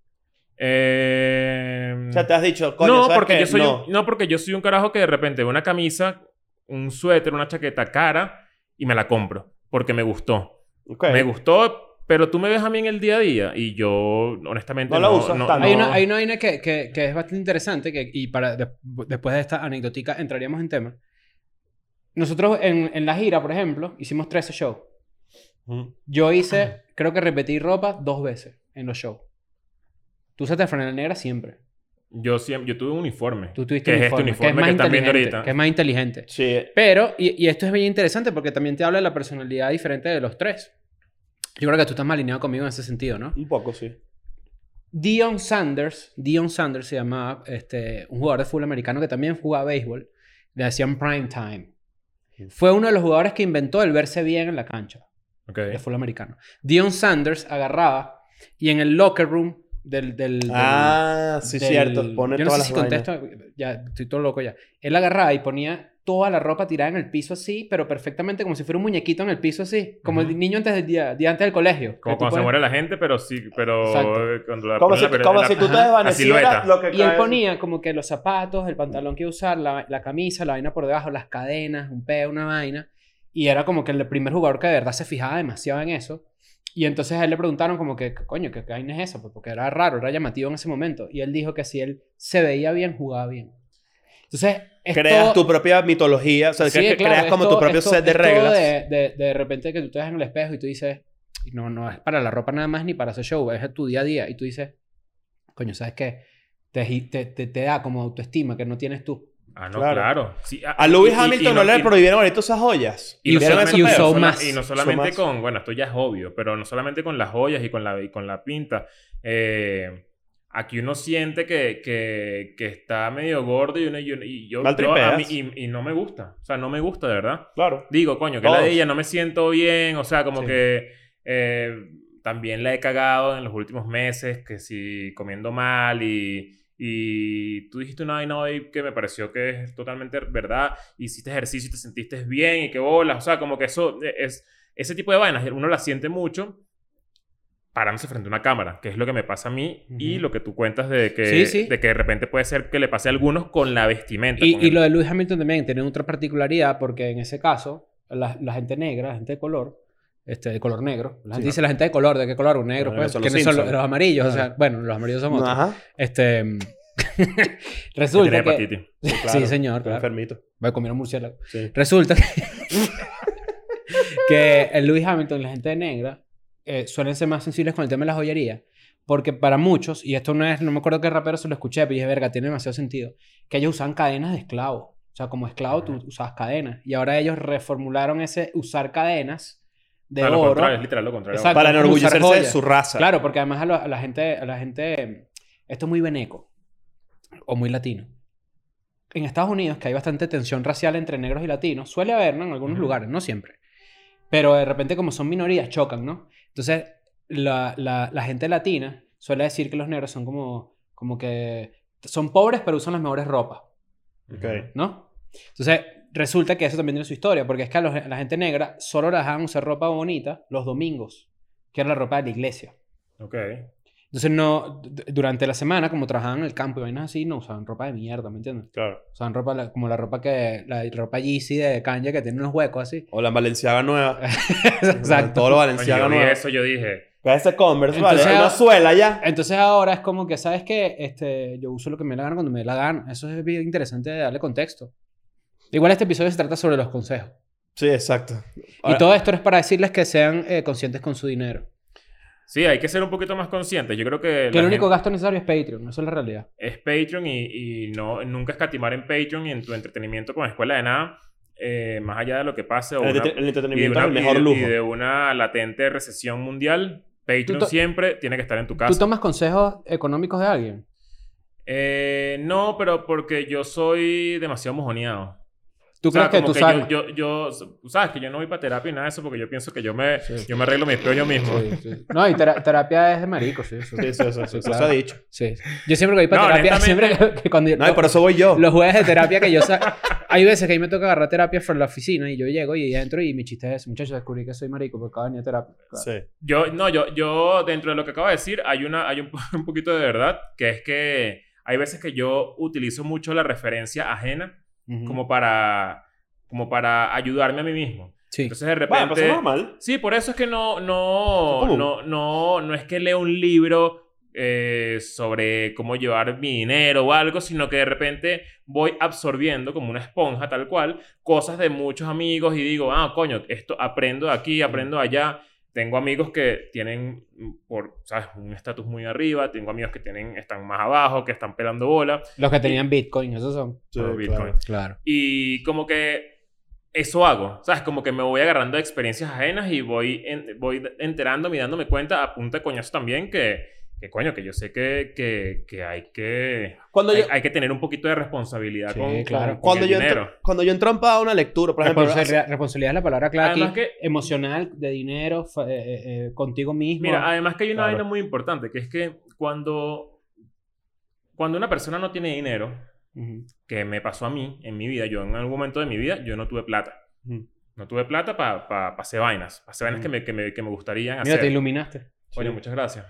eh, O sea, te has dicho, coño, no, ¿sabes porque qué? yo soy no. un, no, porque yo soy un carajo que de repente ve una camisa, un suéter, una chaqueta cara y me la compro. Porque me gustó. Ok. Me gustó, pero tú me ves a mí en el día a día y yo, honestamente, No la usas tanto. Hay no- una, hay una vaina que, que, que es bastante interesante que, y para de- después de esta anecdotica entraríamos en tema. Nosotros en, en la gira, por ejemplo, hicimos trece shows. Ujú. Yo hice, creo que repetí ropa dos veces en los shows. Tú usaste franela negra siempre. Yo siempre, yo tuve un uniforme. Tú tuviste que es uniforme, este que es uniforme más que, están viendo inteligente, ahorita. que es más inteligente. Sí. Pero, y, y esto es bien interesante porque también te habla de la personalidad diferente de los tres. Yo creo que tú estás más alineado conmigo en ese sentido, ¿no? Un poco, sí. Dion Sanders, Dion Sanders se llamaba, este, un jugador de fútbol americano que también jugaba béisbol. Le decían prime time. Fue uno de los jugadores que inventó el verse bien en la cancha Ok. de fútbol americano. Dion Sanders agarraba y en el locker room del... del, del- Ah, sí, del- cierto. Pone yo no todas sé las si vainas. contesto, ya estoy todo loco ya. Él agarraba y ponía toda la ropa tirada en el piso así, pero perfectamente como si fuera un muñequito en el piso así, como Ujú. el niño antes del día, día antes del colegio. Como Que tú cuando se puedes- muere la gente, pero sí, pero Exacto. eh, cuando la Como, ponen si, la pere- como la- si tú te ajá, la desvanecieras silueta. lo que Y él cae- ponía como que los zapatos, el pantalón que iba a usar, la, la camisa, la vaina por debajo, las cadenas, un peo, una vaina. Y era como que el primer jugador que de verdad se fijaba demasiado en eso. Y entonces a él le preguntaron como que, coño, ¿qué, qué vaina es eso? Pues porque era raro, era llamativo en ese momento. Y él dijo que si él se veía bien, jugaba bien. Entonces, es Creas todo- tu propia mitología. O sea, Sí, que, que claro, creas es como todo- tu propio es todo- set de es todo reglas. De, de, de repente que tú te ves en el espejo y tú dices, no, no es para la ropa nada más ni para ese show, es tu día a día. Y tú dices, coño, ¿sabes qué? Te, te, te, te da como autoestima que no tienes tú. Ah, no, Claro. claro. Sí, A Lewis y- y- Hamilton y no, le y- prohibieron ahorita esas joyas. Y, no ¿Vieron solamente, ese y no pedo? sola- más. y no solamente Usó más. con... Bueno, esto ya es obvio, pero no solamente con las joyas y con la, y con la pinta. Eh, aquí uno siente que, que, que está medio gordo y, uno, y, uno- y yo... Mal yo a mí- tripeas. y, y no me gusta. O sea, no me gusta, de verdad. Claro. Digo, coño, que Todos. la de ella no me siento bien. O sea, como Sí. que... eh, también la he cagado en los últimos meses. Que si comiendo mal y... y tú dijiste una vaina hoy que me pareció que es totalmente verdad, hiciste ejercicio y te sentiste bien y qué bolas, o sea, como que eso es, ese tipo de vainas uno las siente mucho parándose frente a una cámara, que es lo que me pasa a mí uh-huh. y lo que tú cuentas de que, sí, sí. de que de repente puede ser que le pase a algunos con la vestimenta. Y, y el... lo de Lewis Hamilton también tiene otra particularidad porque en ese caso, la, la gente negra, la gente de color, este, de color negro, la gente sí, dice ¿no? la gente de color, ¿de qué color? Un negro, bueno, pues, ¿quiénes son, son los, los amarillos? Ajá. O sea, bueno, los amarillos somos otros. Ajá. Este... Resulta que... que... Sí, claro. Sí, señor, claro. Enfermito. Voy a comer un murciélago. Sí. Resulta que... que el Lewis Hamilton y la gente negra Eh, suelen ser más sensibles con el tema de la joyería. Porque para muchos, y esto no es, no me acuerdo qué rapero se lo escuché, pero dije, verga, tiene demasiado sentido, que ellos usaban cadenas de esclavo. O sea, como esclavo tú usabas cadenas. Y ahora ellos reformularon ese usar cadenas de para oro. Lo contrario, es literal lo contrario. Exacto, para enorgullecerse de su raza. Claro, porque además a, lo, a la gente, a la gente, esto es muy veneco o muy latino. En Estados Unidos, que hay bastante tensión racial entre negros y latinos, suele haber, ¿no? En algunos uh-huh. lugares, no siempre. Pero de repente, como son minorías, chocan, ¿no? Entonces, la, la, la gente latina suele decir que los negros son como, como que son pobres, pero usan las mejores ropas. Okay. ¿No? Entonces, resulta que eso también tiene su historia, porque es que a, los, a la gente negra solo la dejaban usar ropa bonita los domingos, que era la ropa de la iglesia. Ok. Entonces, no, durante la semana, como trabajaban en el campo y vainas así, no usaban ropa de mierda, ¿me entiendes? Claro. Usaban ropa, como la ropa que, la ropa Yeezy de Kanye que tiene unos huecos así. O la Balenciaga nueva. Exacto. Todo lo Balenciaga nueva. nueva. Eso yo dije. Ese Converse, entonces, vale. Una suela ya. Entonces ahora es como que, ¿sabes qué? Este, yo uso lo que me da la gana cuando me da la gana. Eso es bien interesante de darle contexto. Igual este episodio se trata sobre los consejos. Sí, exacto. Ahora, y todo esto es para decirles que sean eh, conscientes con su dinero. Sí, hay que ser un poquito más conscientes. Yo creo que... Que el único gente... gasto necesario es Patreon. Eso es la realidad. Es Patreon y, y no, nunca escatimar en Patreon y en tu entretenimiento con Escuela de Nada. Eh, más allá de lo que pase. O el, una, el entretenimiento una, es el mejor y, lujo. Y de una latente recesión mundial, Patreon siempre tiene que estar en tu casa. ¿Tú tomas consejos económicos de alguien? Eh, no, pero porque yo soy demasiado mojoneado. ¿Tú o sea, crees que tú que sabes? Yo, yo, yo, sabes que yo no voy para terapia y nada de eso porque yo pienso que yo me, sí. yo me arreglo mis peos yo mismo. Sí, sí. No, y tera terapia es de marico, sí. Eso, sí, eso, eso, eso, claro. eso se ha dicho. Sí. Yo siempre que voy para no, terapia, siempre que, que cuando... No, y por eso voy yo. Los jueves de terapia que yo... Hay veces que a mí me toca agarrar terapia por la oficina y yo llego y entro y mi chiste es ese. Muchachos, descubrí que soy marico porque acabo de venir a terapia. Claro. Sí. Yo, no, yo, yo, dentro de lo que acabo de decir, hay, una, hay un, un poquito de verdad, que es que hay veces que yo utilizo mucho la referencia ajena uh-huh. como para... como para ayudarme a mí mismo. Sí. Entonces, de repente... Bueno, pues es normal. Sí, por eso es que no... No, no, no, no es que leo un libro eh, sobre cómo llevar mi dinero o algo, sino que de repente voy absorbiendo como una esponja, tal cual, cosas de muchos amigos y digo, ah, coño, esto aprendo de aquí, aprendo de allá. Tengo amigos que tienen, por, ¿sabes? Un estatus muy arriba. Tengo amigos que tienen, están más abajo, que están pelando bola. Los que tenían Bitcoin, esos son. Sí, Bitcoin. Claro. claro. Y como que... eso hago, ¿sabes? Como que me voy agarrando de experiencias ajenas y voy, en, voy enterándome y dándome cuenta a punta de coñazo también que, que coño, que yo sé que, que, que hay que... Cuando hay, yo... hay que tener un poquito de responsabilidad Sí, con, claro. con, con cuando el yo dinero. Entro, cuando yo entro a una lectura, por ejemplo... Responsabilidad, responsabilidad es la palabra clave Además aquí. que- Emocional, de dinero, fa- eh, eh, eh, contigo mismo. Mira, además que hay una Claro. vaina muy importante, que es que cuando, cuando una persona no tiene dinero, Uh-huh. que me pasó a mí en mi vida, yo en algún momento de mi vida, yo no tuve plata. Ujú. No tuve plata para pa, pa hacer vainas. Para hacer vainas Ujú. que, me, que, me, que me gustarían Mira, hacer. te iluminaste. Oye, Sí. muchas gracias.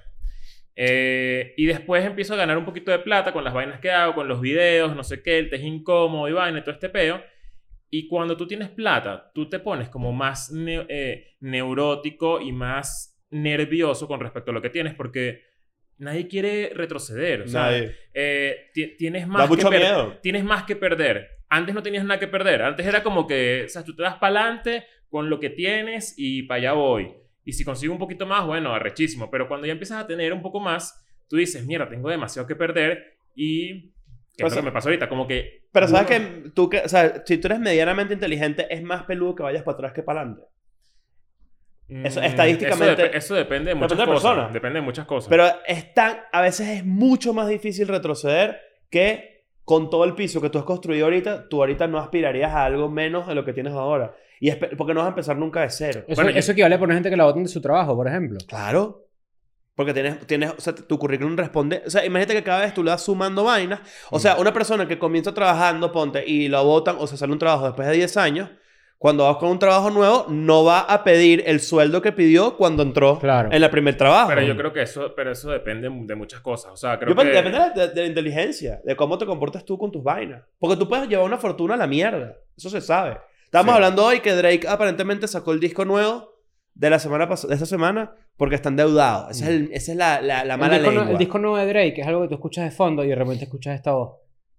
Eh, y después empiezo a ganar un poquito de plata con las vainas que hago, con los videos, no sé qué, el teje incómodo y vaina y todo este peo. Y cuando tú tienes plata, tú te pones como más ne- eh, neurótico y más nervioso con respecto a lo que tienes porque nadie quiere retroceder. O sea, Nadie. eh, ti- tienes, Da más que mucho per- miedo. tienes más que perder. Antes no tenías nada que perder. Antes era como que, o sea, tú te das para adelante con lo que tienes y para allá voy. Y si consigo un poquito más, bueno, arrechísimo. Pero cuando ya empiezas a tener un poco más, tú dices, mira, tengo demasiado que perder y... ¿Qué Pues, es lo que me pasó ahorita? Como que... Pero sabes uno- que tú que, o sea, si tú eres medianamente inteligente, es más peludo que vayas para atrás que para adelante. eso, Mm, estadísticamente- Eso, dep- eso depende de muchas depende de la cosas. persona. Depende de muchas cosas. Pero es tan, a veces es mucho más difícil retroceder que con todo el piso que tú has construido ahorita, tú ahorita no aspirarías a algo menos de lo que tienes ahora. Y es pe- porque no vas a empezar nunca de cero. Eso, Bueno, yo- eso equivale a poner gente que la votan de su trabajo, por ejemplo. Claro. Porque tienes, tienes, o sea, tu currículum responde... O sea, imagínate que cada vez tú le vas sumando vainas. O sea, una persona que comienza trabajando, ponte, y lo votan, o sea, sale un trabajo después de diez años, cuando vas con un trabajo nuevo, no va a pedir el sueldo que pidió cuando entró Claro. en el primer trabajo. Pero yo creo que eso, pero eso depende de muchas cosas. O sea, creo Yo creo que... que depende de la, de la inteligencia, de cómo te comportas tú con tus vainas. Porque tú puedes llevar una fortuna a la mierda. Eso se sabe. Estábamos Sí. hablando hoy que Drake aparentemente sacó el disco nuevo de la semana pas- de esa semana porque está endeudado. Esa es, el- esa es la, la, la mala el, disco no- lengua. el disco nuevo de Drake es algo que tú escuchas de fondo y de repente escuchas esta voz.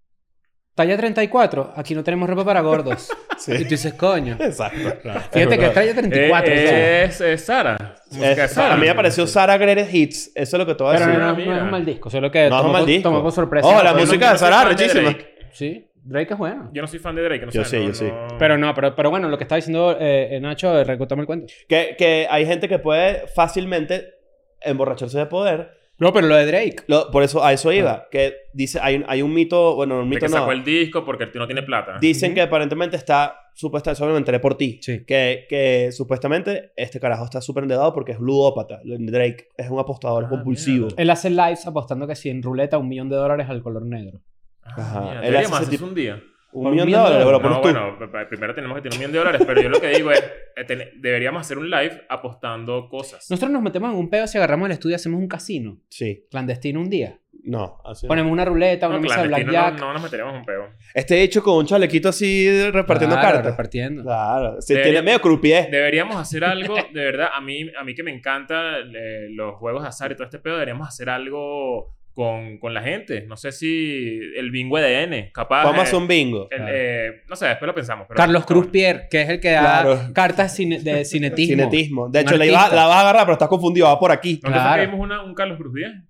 Talla treinta y cuatro, aquí no tenemos ropa para gordos. Sí. Y tú dices, coño. Exacto. Fíjate que es talla treinta y cuatro. Eh, ¿sabes? es, es Sara. Música de Es- Sara. a mí me pareció Sara Greatest Hits. Eso es lo que te voy a Pero decir. no, no, no mira. es un mal disco, solo que No es tomó un mal por- disco. tomó por sorpresa. Oh, la Yo no- música yo de no soy Sara, fan de rechísima. Drake. Sí, Drake es bueno. Yo no soy fan de Drake. No Yo sé, sí, no- yo sí. no- Pero no, pero, pero bueno, lo que estaba diciendo eh, Nacho, eh, recótame el cuento. Que, que hay gente que puede fácilmente emborracharse de poder. No, pero lo de Drake. Lo- por eso, a eso iba. Que dice, hay, un- hay un mito, bueno, un De mito que no. sacó el disco porque el tío no tiene plata. Dicen Ujú. que aparentemente está, supuestamente, solo me enteré por ti, Sí. que, que supuestamente este carajo está súper endeudado porque es ludópata. Drake es un apostador Ah, compulsivo. mierda. Él hace lives apostando que si en ruleta un millón de dólares al color negro. Ah, Ajá. mira, Él deberíamos hace ese hacer eso tipo- un día. Un Por millón de un millón de dólares, lo No, pones tú. bueno, p- p- primero tenemos que tener un millón de dólares, pero yo lo que digo es, eh, ten- deberíamos hacer un live apostando cosas. Nosotros nos metemos en un pedo si agarramos el estudio y hacemos un casino Sí. clandestino un día. No, así no. Ponemos una ruleta, una No, mesa de clandestino, blackjack. no, no nos meteríamos un peo. Este hecho con un chalequito así repartiendo Claro, cartas. repartiendo. Claro. Sí, De- tiene medio croupier. Deberíamos hacer algo, de verdad, a mí, a mí que me encanta eh, los juegos de azar y todo este pedo, deberíamos hacer algo con, con la gente. No sé si el bingo E D N, capaz. Vamos a eh, hacer un bingo. el, Claro. eh, no sé, después lo pensamos. pero- Carlos Cruz Pierre, que es el que da Claro. cartas cine- de cinetismo. Cinetismo. De Un hecho, la, iba- artista. la vas a agarrar, pero estás confundido. Va por aquí. ¿Dónde fue Claro. que vimos una, un Carlos Cruz diez?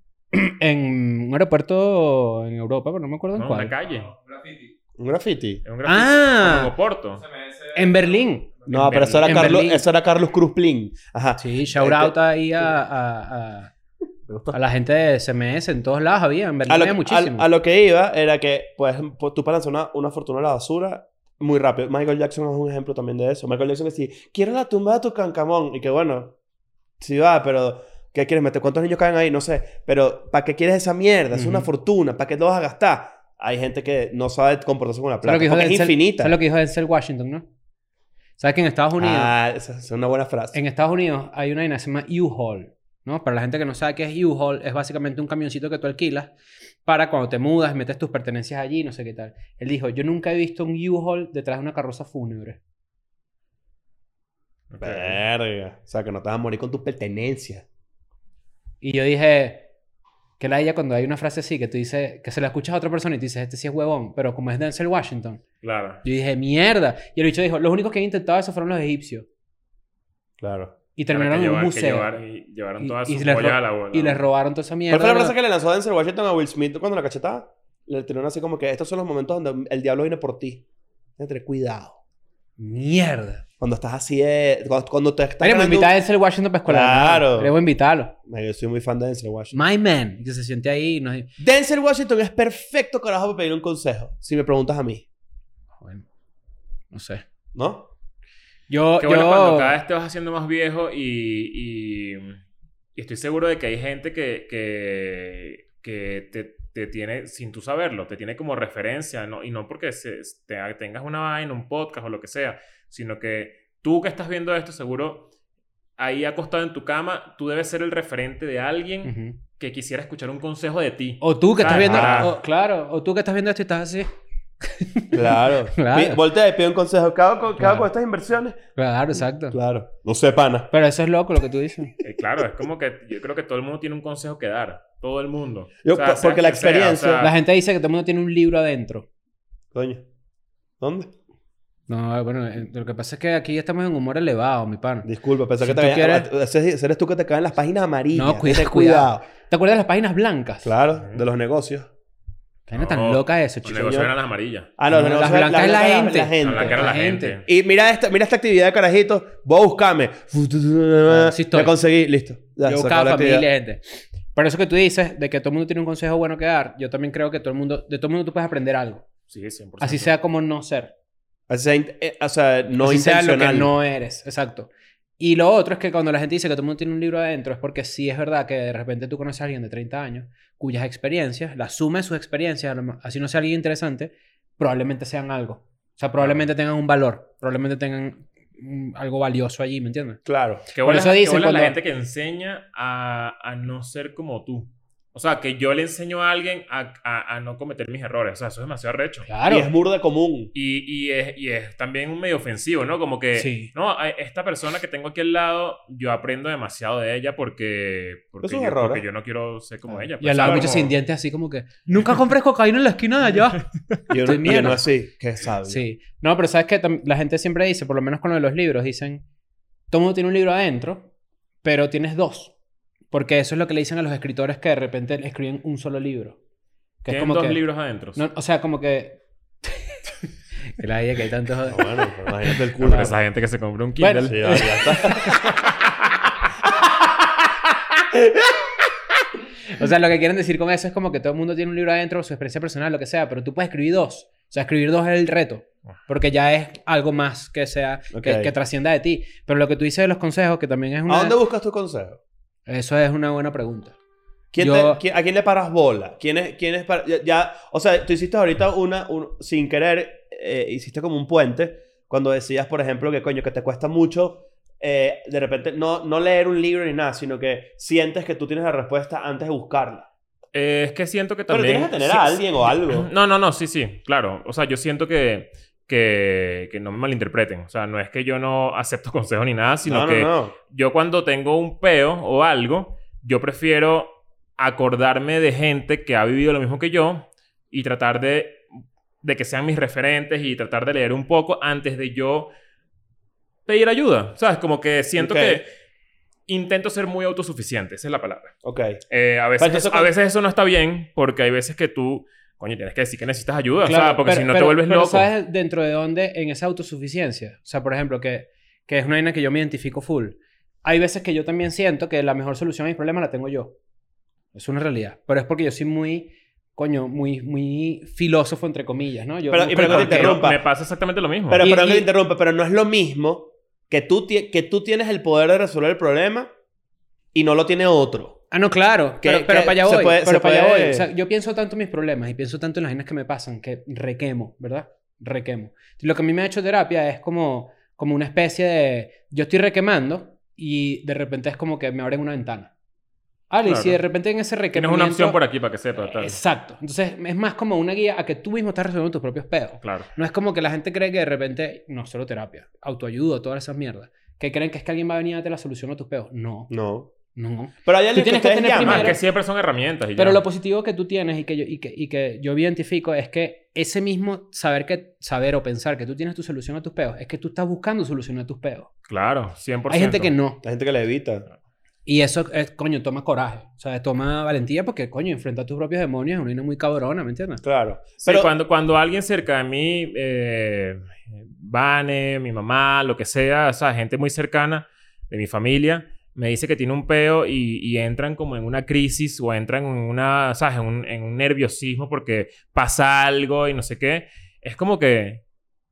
En un aeropuerto en Europa, pero no me acuerdo en No, cuál. una calle. Graffiti. Un graffiti. En un Ah. Como Porto. Se me dice... En Berlín. No, En pero eso era, En Carlos, Berlín. eso era Carlos Cruz Plin. Ajá. Sí, shout out ahí a, a, a, Me gustó. a la gente de C M S. En todos lados había. En Berlín A lo, había que- muchísimo. a- a lo que iba era que, pues, pues, tú para lanzar una, una fortuna a la basura muy rápido. Michael Jackson es un ejemplo también de eso. Michael Jackson decía, quiero la tumba de tu cancamón. Y que bueno, sí va, pero ¿qué quieres meter? ¿Cuántos niños caen ahí? No sé. Pero ¿para qué quieres esa mierda? Es una Ujú. fortuna. ¿Para qué lo vas a gastar? Hay gente que no sabe comportarse con la ¿Sabes plata. lo que dijo Porque es Denzel- infinita. ¿Sabes lo que dijo Denzel Washington, no? ¿Sabes que en Estados Unidos... Ah, esa esa es una buena frase. En Estados Unidos hay una vaina que se llama U-Haul, ¿no? Para la gente que no sabe qué es U-Haul, es básicamente un camioncito que tú alquilas para cuando te mudas, metes tus pertenencias allí, no sé qué tal. Él dijo, yo nunca he visto un U-Haul detrás de una carroza fúnebre. Ok. Verga. O sea, que no te vas a morir con tus pertenencias. Y yo dije, que la ella cuando hay una frase así que tú dices, que se la escuchas a otra persona y tú dices, este sí es huevón, pero como es Denzel Washington, Claro. yo dije, mierda. Y el bicho dijo, los únicos que han intentado eso fueron los egipcios. Claro. Y terminaron Que en un llevar- que museo. llevar- y llevaron Y- todas y sus les joyas ro- a la bola. Y les robaron toda esa mierda. ¿Cuál fue la frase que le lanzó Denzel Washington a Will Smith cuando la cachetaba? Le tiró así como que estos son los momentos donde el diablo viene por ti. Tienes que tener cuidado. Mierda. Cuando estás así de... Cuando, cuando te estás Deberíamos ganando invitar a Denzel Washington para escuela. Claro. Deberíamos invitarlo. un- Yo soy muy fan de Denzel Washington. My man. Y que se siente ahí. y nos- Denzel Washington es perfecto carajo para pedir un consejo. Si me preguntas a mí. Bueno, no sé. ¿No? Yo, Qué yo... bueno cuando cada vez te vas haciendo más viejo y, y, y estoy seguro de que hay gente que, que, que te, te tiene, sin tú saberlo, te tiene como referencia, ¿no? Y no porque se, te- tengas una vaina, un podcast o lo que sea, sino que tú que estás viendo esto, seguro ahí acostado en tu cama, tú debes ser el referente de alguien Ujú. que quisiera escuchar un consejo de ti. O tú que estás Ah, viendo... ah. o- claro. O tú que estás viendo esto y estás así. Claro. Claro. Pi- Voltea y pide un consejo. ¿Qué hago con, ¿qué hago Claro. con estas inversiones? Claro, exacto. Claro. No sé, pana. Pero eso es loco lo que tú dices. Eh, claro, es como que yo creo que todo el mundo tiene un consejo que dar. Todo el mundo. Yo, sea, po- sea porque la quien sea, experiencia- o sea, La gente dice que todo el mundo tiene un libro adentro. Coño. ¿Dónde? No, bueno, eh, lo que pasa es que aquí estamos en humor elevado, mi pana. Disculpa, pensé Si que te tú caía- quieres- ese- ese eres tú que te caen las páginas amarillas. No, cuida- Ten cuidado. ¿Te acuerdas de las páginas blancas? Claro, de los negocios. Qué vaina tan no, loca eso, Los chico. negocios yo- eran las amarillas. Ah, no, No, no, las no, blancas es la blanca gente. La blanca era la La gente. gente. Y mira esta, mira esta actividad de carajito. Voy a buscarme. sí estoy. Me conseguí. Listo. Ya, Yo se buscaba acabó la actividad. familia, gente. Pero eso que tú dices, de que todo el mundo tiene un consejo bueno que dar, yo también creo que todo el mundo, de todo el mundo tú puedes aprender algo. Sí, cien por ciento. Así sea como no ser. Así sea, in- eh, o sea, no Así sea lo que intencional. no eres. Exacto. Y lo otro es que cuando la gente dice que todo el mundo tiene un libro adentro es porque sí es verdad que de repente tú conoces a alguien de treinta años cuyas experiencias, la suma de sus experiencias, así no sea alguien interesante, probablemente sean algo. O sea, probablemente tengan un valor, probablemente tengan mm, algo valioso allí, ¿me entiendes? Claro. Que Por bola, eso que dicen bola la cuando- gente que enseña a, a no ser como tú. O sea, que yo le enseño a alguien a, a, a no cometer mis errores. O sea, eso es demasiado recho. Claro. Y es burda común. Y, y, es, y es también un medio ofensivo, ¿no? Como que, Sí. no, a- esta persona que tengo aquí al lado, yo aprendo demasiado de ella porque, porque, Esos yo, errores. porque yo no quiero ser como ella. Y pues, al lado ¿sabes? muchos Como- sin dientes así como que nunca compres cocaína en la esquina de allá. Y uno, Estoy y mierda. uno así, qué sabio. Sí. No, pero sabes que la gente siempre dice, por lo menos con lo de los libros, dicen, todo el mundo tiene un libro adentro, pero tienes dos. Porque eso es lo que le dicen a los escritores que de repente escriben un solo libro. Que es Tienen como dos que... libros adentro. No, o sea, como que... que la idea que hay tantos... Ah, bueno, pero imagínate el culo. Pero esa gente que se compra un Kindle. Bueno, Sí, ya, ya está. O sea, lo que quieren decir con eso es como que todo el mundo tiene un libro adentro, su experiencia personal, lo que sea, pero tú puedes escribir dos. O sea, escribir dos es el reto. Porque ya es algo más que sea... que, Ok. que trascienda de ti. Pero lo que tú dices de los consejos, que también es una... ¿A dónde buscas tu consejo? Eso es una buena pregunta. ¿Quién Yo- te- quién- ¿A quién le paras bola? ¿Quién es, quién es para, ya, ya- o sea, tú hiciste ahorita una, un- sin querer, eh, hiciste como un puente cuando decías, por ejemplo, que coño, que te cuesta mucho eh, de repente no, no leer un libro ni nada, sino que sientes que tú tienes la respuesta antes de buscarla. Eh, es que siento que Pero también... tienes que tener sí, a alguien o algo. No, no, no, sí, sí, claro. O sea, yo siento que, que, que no me malinterpreten. O sea, no es que yo no acepto consejos ni nada, sino no, que no, no. yo cuando tengo un peo o algo, yo prefiero acordarme de gente que ha vivido lo mismo que yo y tratar de, de que sean mis referentes y tratar de leer un poco antes de yo pedir ayuda. ¿Sabes? Como que siento Ok. que intento ser muy autosuficiente. Esa es la palabra. Ok. Eh, a, veces, Pero entonces, a veces eso no está bien porque hay veces que tú, coño, tienes que decir que necesitas ayuda. o sea, Claro, porque pero- si no pero- te vuelves pero loco. ¿sabes dentro de dónde en esa autosuficiencia? O sea, por ejemplo, que, que es una vaina que yo me identifico full. Hay veces que yo también siento que la mejor solución a mis problemas la tengo yo. Es una realidad. Pero es porque yo soy muy, coño, muy, muy filósofo, entre comillas, ¿no? Yo Pero- busco y pero el no te porqué. interrumpa. Me pasa exactamente lo mismo. Pero, Y- perdón que y- te interrumpa, pero no es lo mismo que tú, ti- que tú tienes el poder de resolver el problema y no lo tiene otro. Ah, no, claro. Que- pero pero que para allá se voy. puede- pero se para allá puede- voy. O sea, yo pienso tanto en mis problemas y pienso tanto en las vainas que me pasan que requemo, ¿verdad? Requemo. Y lo que a mí me ha hecho terapia es como, como una especie de... Yo estoy requemando y de repente es como que me abren una ventana. Ah, y Claro. si de repente en ese Tienes requerimiento... una opción por aquí para que sepas. tal. Exacto. Entonces es más como una guía a que tú mismo estás resolviendo tus propios pedos. Claro. No es como que la gente cree que de repente... No, solo terapia. Autoayuda, todas esas mierdas. Que creen que es que alguien va a venir a darte la solución a tus pedos. No. No. No. Pero hay alguien tienes que que ustedes tener llaman. Más primero- que siempre son herramientas. Y Pero ya. lo positivo que tú tienes y que yo, y que, y que yo identifico es que ese mismo saber, que, saber o pensar que tú tienes tu solución a tus peos es que tú estás buscando solución a tus peos. Claro, cien por ciento. Hay gente que no. La gente que le evita. Y eso es, coño, toma coraje. O sea, toma valentía porque, coño, enfrentar tus propios demonios es una vaina muy cabrona, ¿me entiendes? Claro. Sí, Pero cuando, cuando alguien cerca de mí, eh, Vane, mi mamá, lo que sea, o sea, gente muy cercana de mi familia, me dice que tiene un peo y, y entran como en una crisis o entran en una, ¿sabes? En un, en un nerviosismo porque pasa algo y no sé qué. Es como que...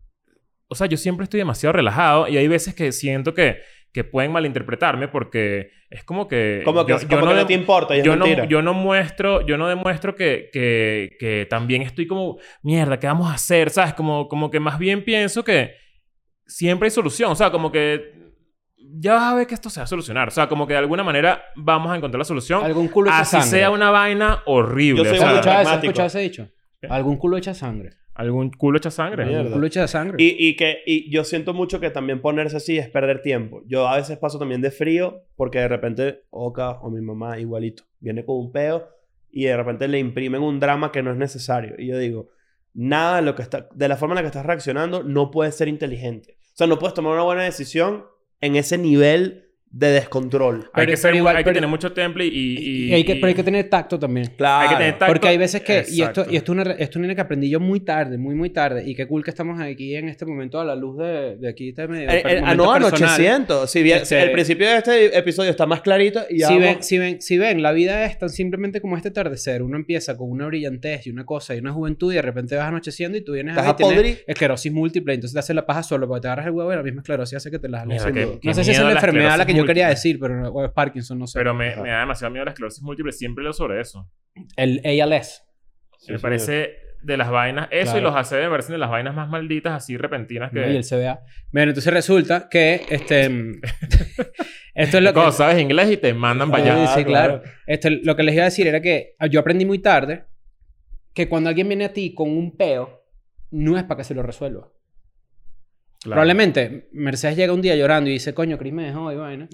O sea, yo siempre estoy demasiado relajado y hay veces que siento que, que pueden malinterpretarme porque es como que... como que, yo- como yo que no, dem- te importa y es yo no, mentira. yo no muestro, yo no demuestro que, que, que también estoy como, mierda, ¿qué vamos a hacer? ¿Sabes? Como, como que más bien pienso que siempre hay solución. O sea, como que ya vas a ver que esto se va a solucionar. O sea, como que de alguna manera vamos a encontrar la solución. Algún culo echa Así sangre. sea una vaina horrible. Yo soy o sea, muy ¿Has escuchado, eso? ¿Has pragmático. escuchado ese dicho? ¿Qué? Algún culo echa sangre. algún culo echa sangre. Mierda. Algún culo echa sangre. Y, y que y yo siento mucho que también ponerse así es perder tiempo. Yo a veces paso también de frío porque de repente Oka o mi mamá igualito viene con un peo y de repente le imprimen un drama que no es necesario. Y yo digo, nada de lo que está de la forma en la que estás reaccionando no puede ser inteligente. O sea, no puedes tomar una buena decisión en ese nivel de descontrol. Hay Pero- que, ser, pero igual- hay que pero- tener mucho temple y... y, Y hay que, y- pero hay que tener tacto también. Claro. hay que tener tacto. Porque hay veces que... Y esto, Exacto. y esto, es una, re- esto es una línea que aprendí yo muy tarde, muy, muy tarde. Y qué cool que estamos aquí en este momento a la luz de, de aquí. De medio, Eh, eh, ah, momento no, personal. anocheciendo. Si bien Este- el principio de este episodio está más clarito y ya Si vamos- ven, si, ven, si ven, la vida es tan simplemente como este atardecer. Uno empieza con una brillantez y una cosa y una juventud y de repente vas anocheciendo y tú vienes Estás a a podrir. esclerosis múltiple. Entonces te hace la paja solo porque te agarras el huevo y la misma esclerosis hace que te las Mierda, sin qué- duda. qué No sé si esa es miedo la la enfermedad a la que yo esclerosis quería múltiple. decir, pero no- o es Parkinson, no sé. Pero me, Ajá. me da demasiado miedo la esclerosis múltiple. Siempre leo sobre eso. El A L S. Sí, me señor. parece de las vainas... Eso Claro. y los A C V me parecen de las vainas más malditas, así repentinas que... ¿no? Y el C B A. Bueno, entonces resulta que este esto es lo que Como sabes inglés y te mandan para allá. Sí, sí, Claro, claro. Este, lo que les iba a decir era que yo aprendí muy tarde que cuando alguien viene a ti con un peo, no es para que se lo resuelva. Claro. Probablemente Mercedes llega un día llorando y dice, coño, Cris me dejó y vaina.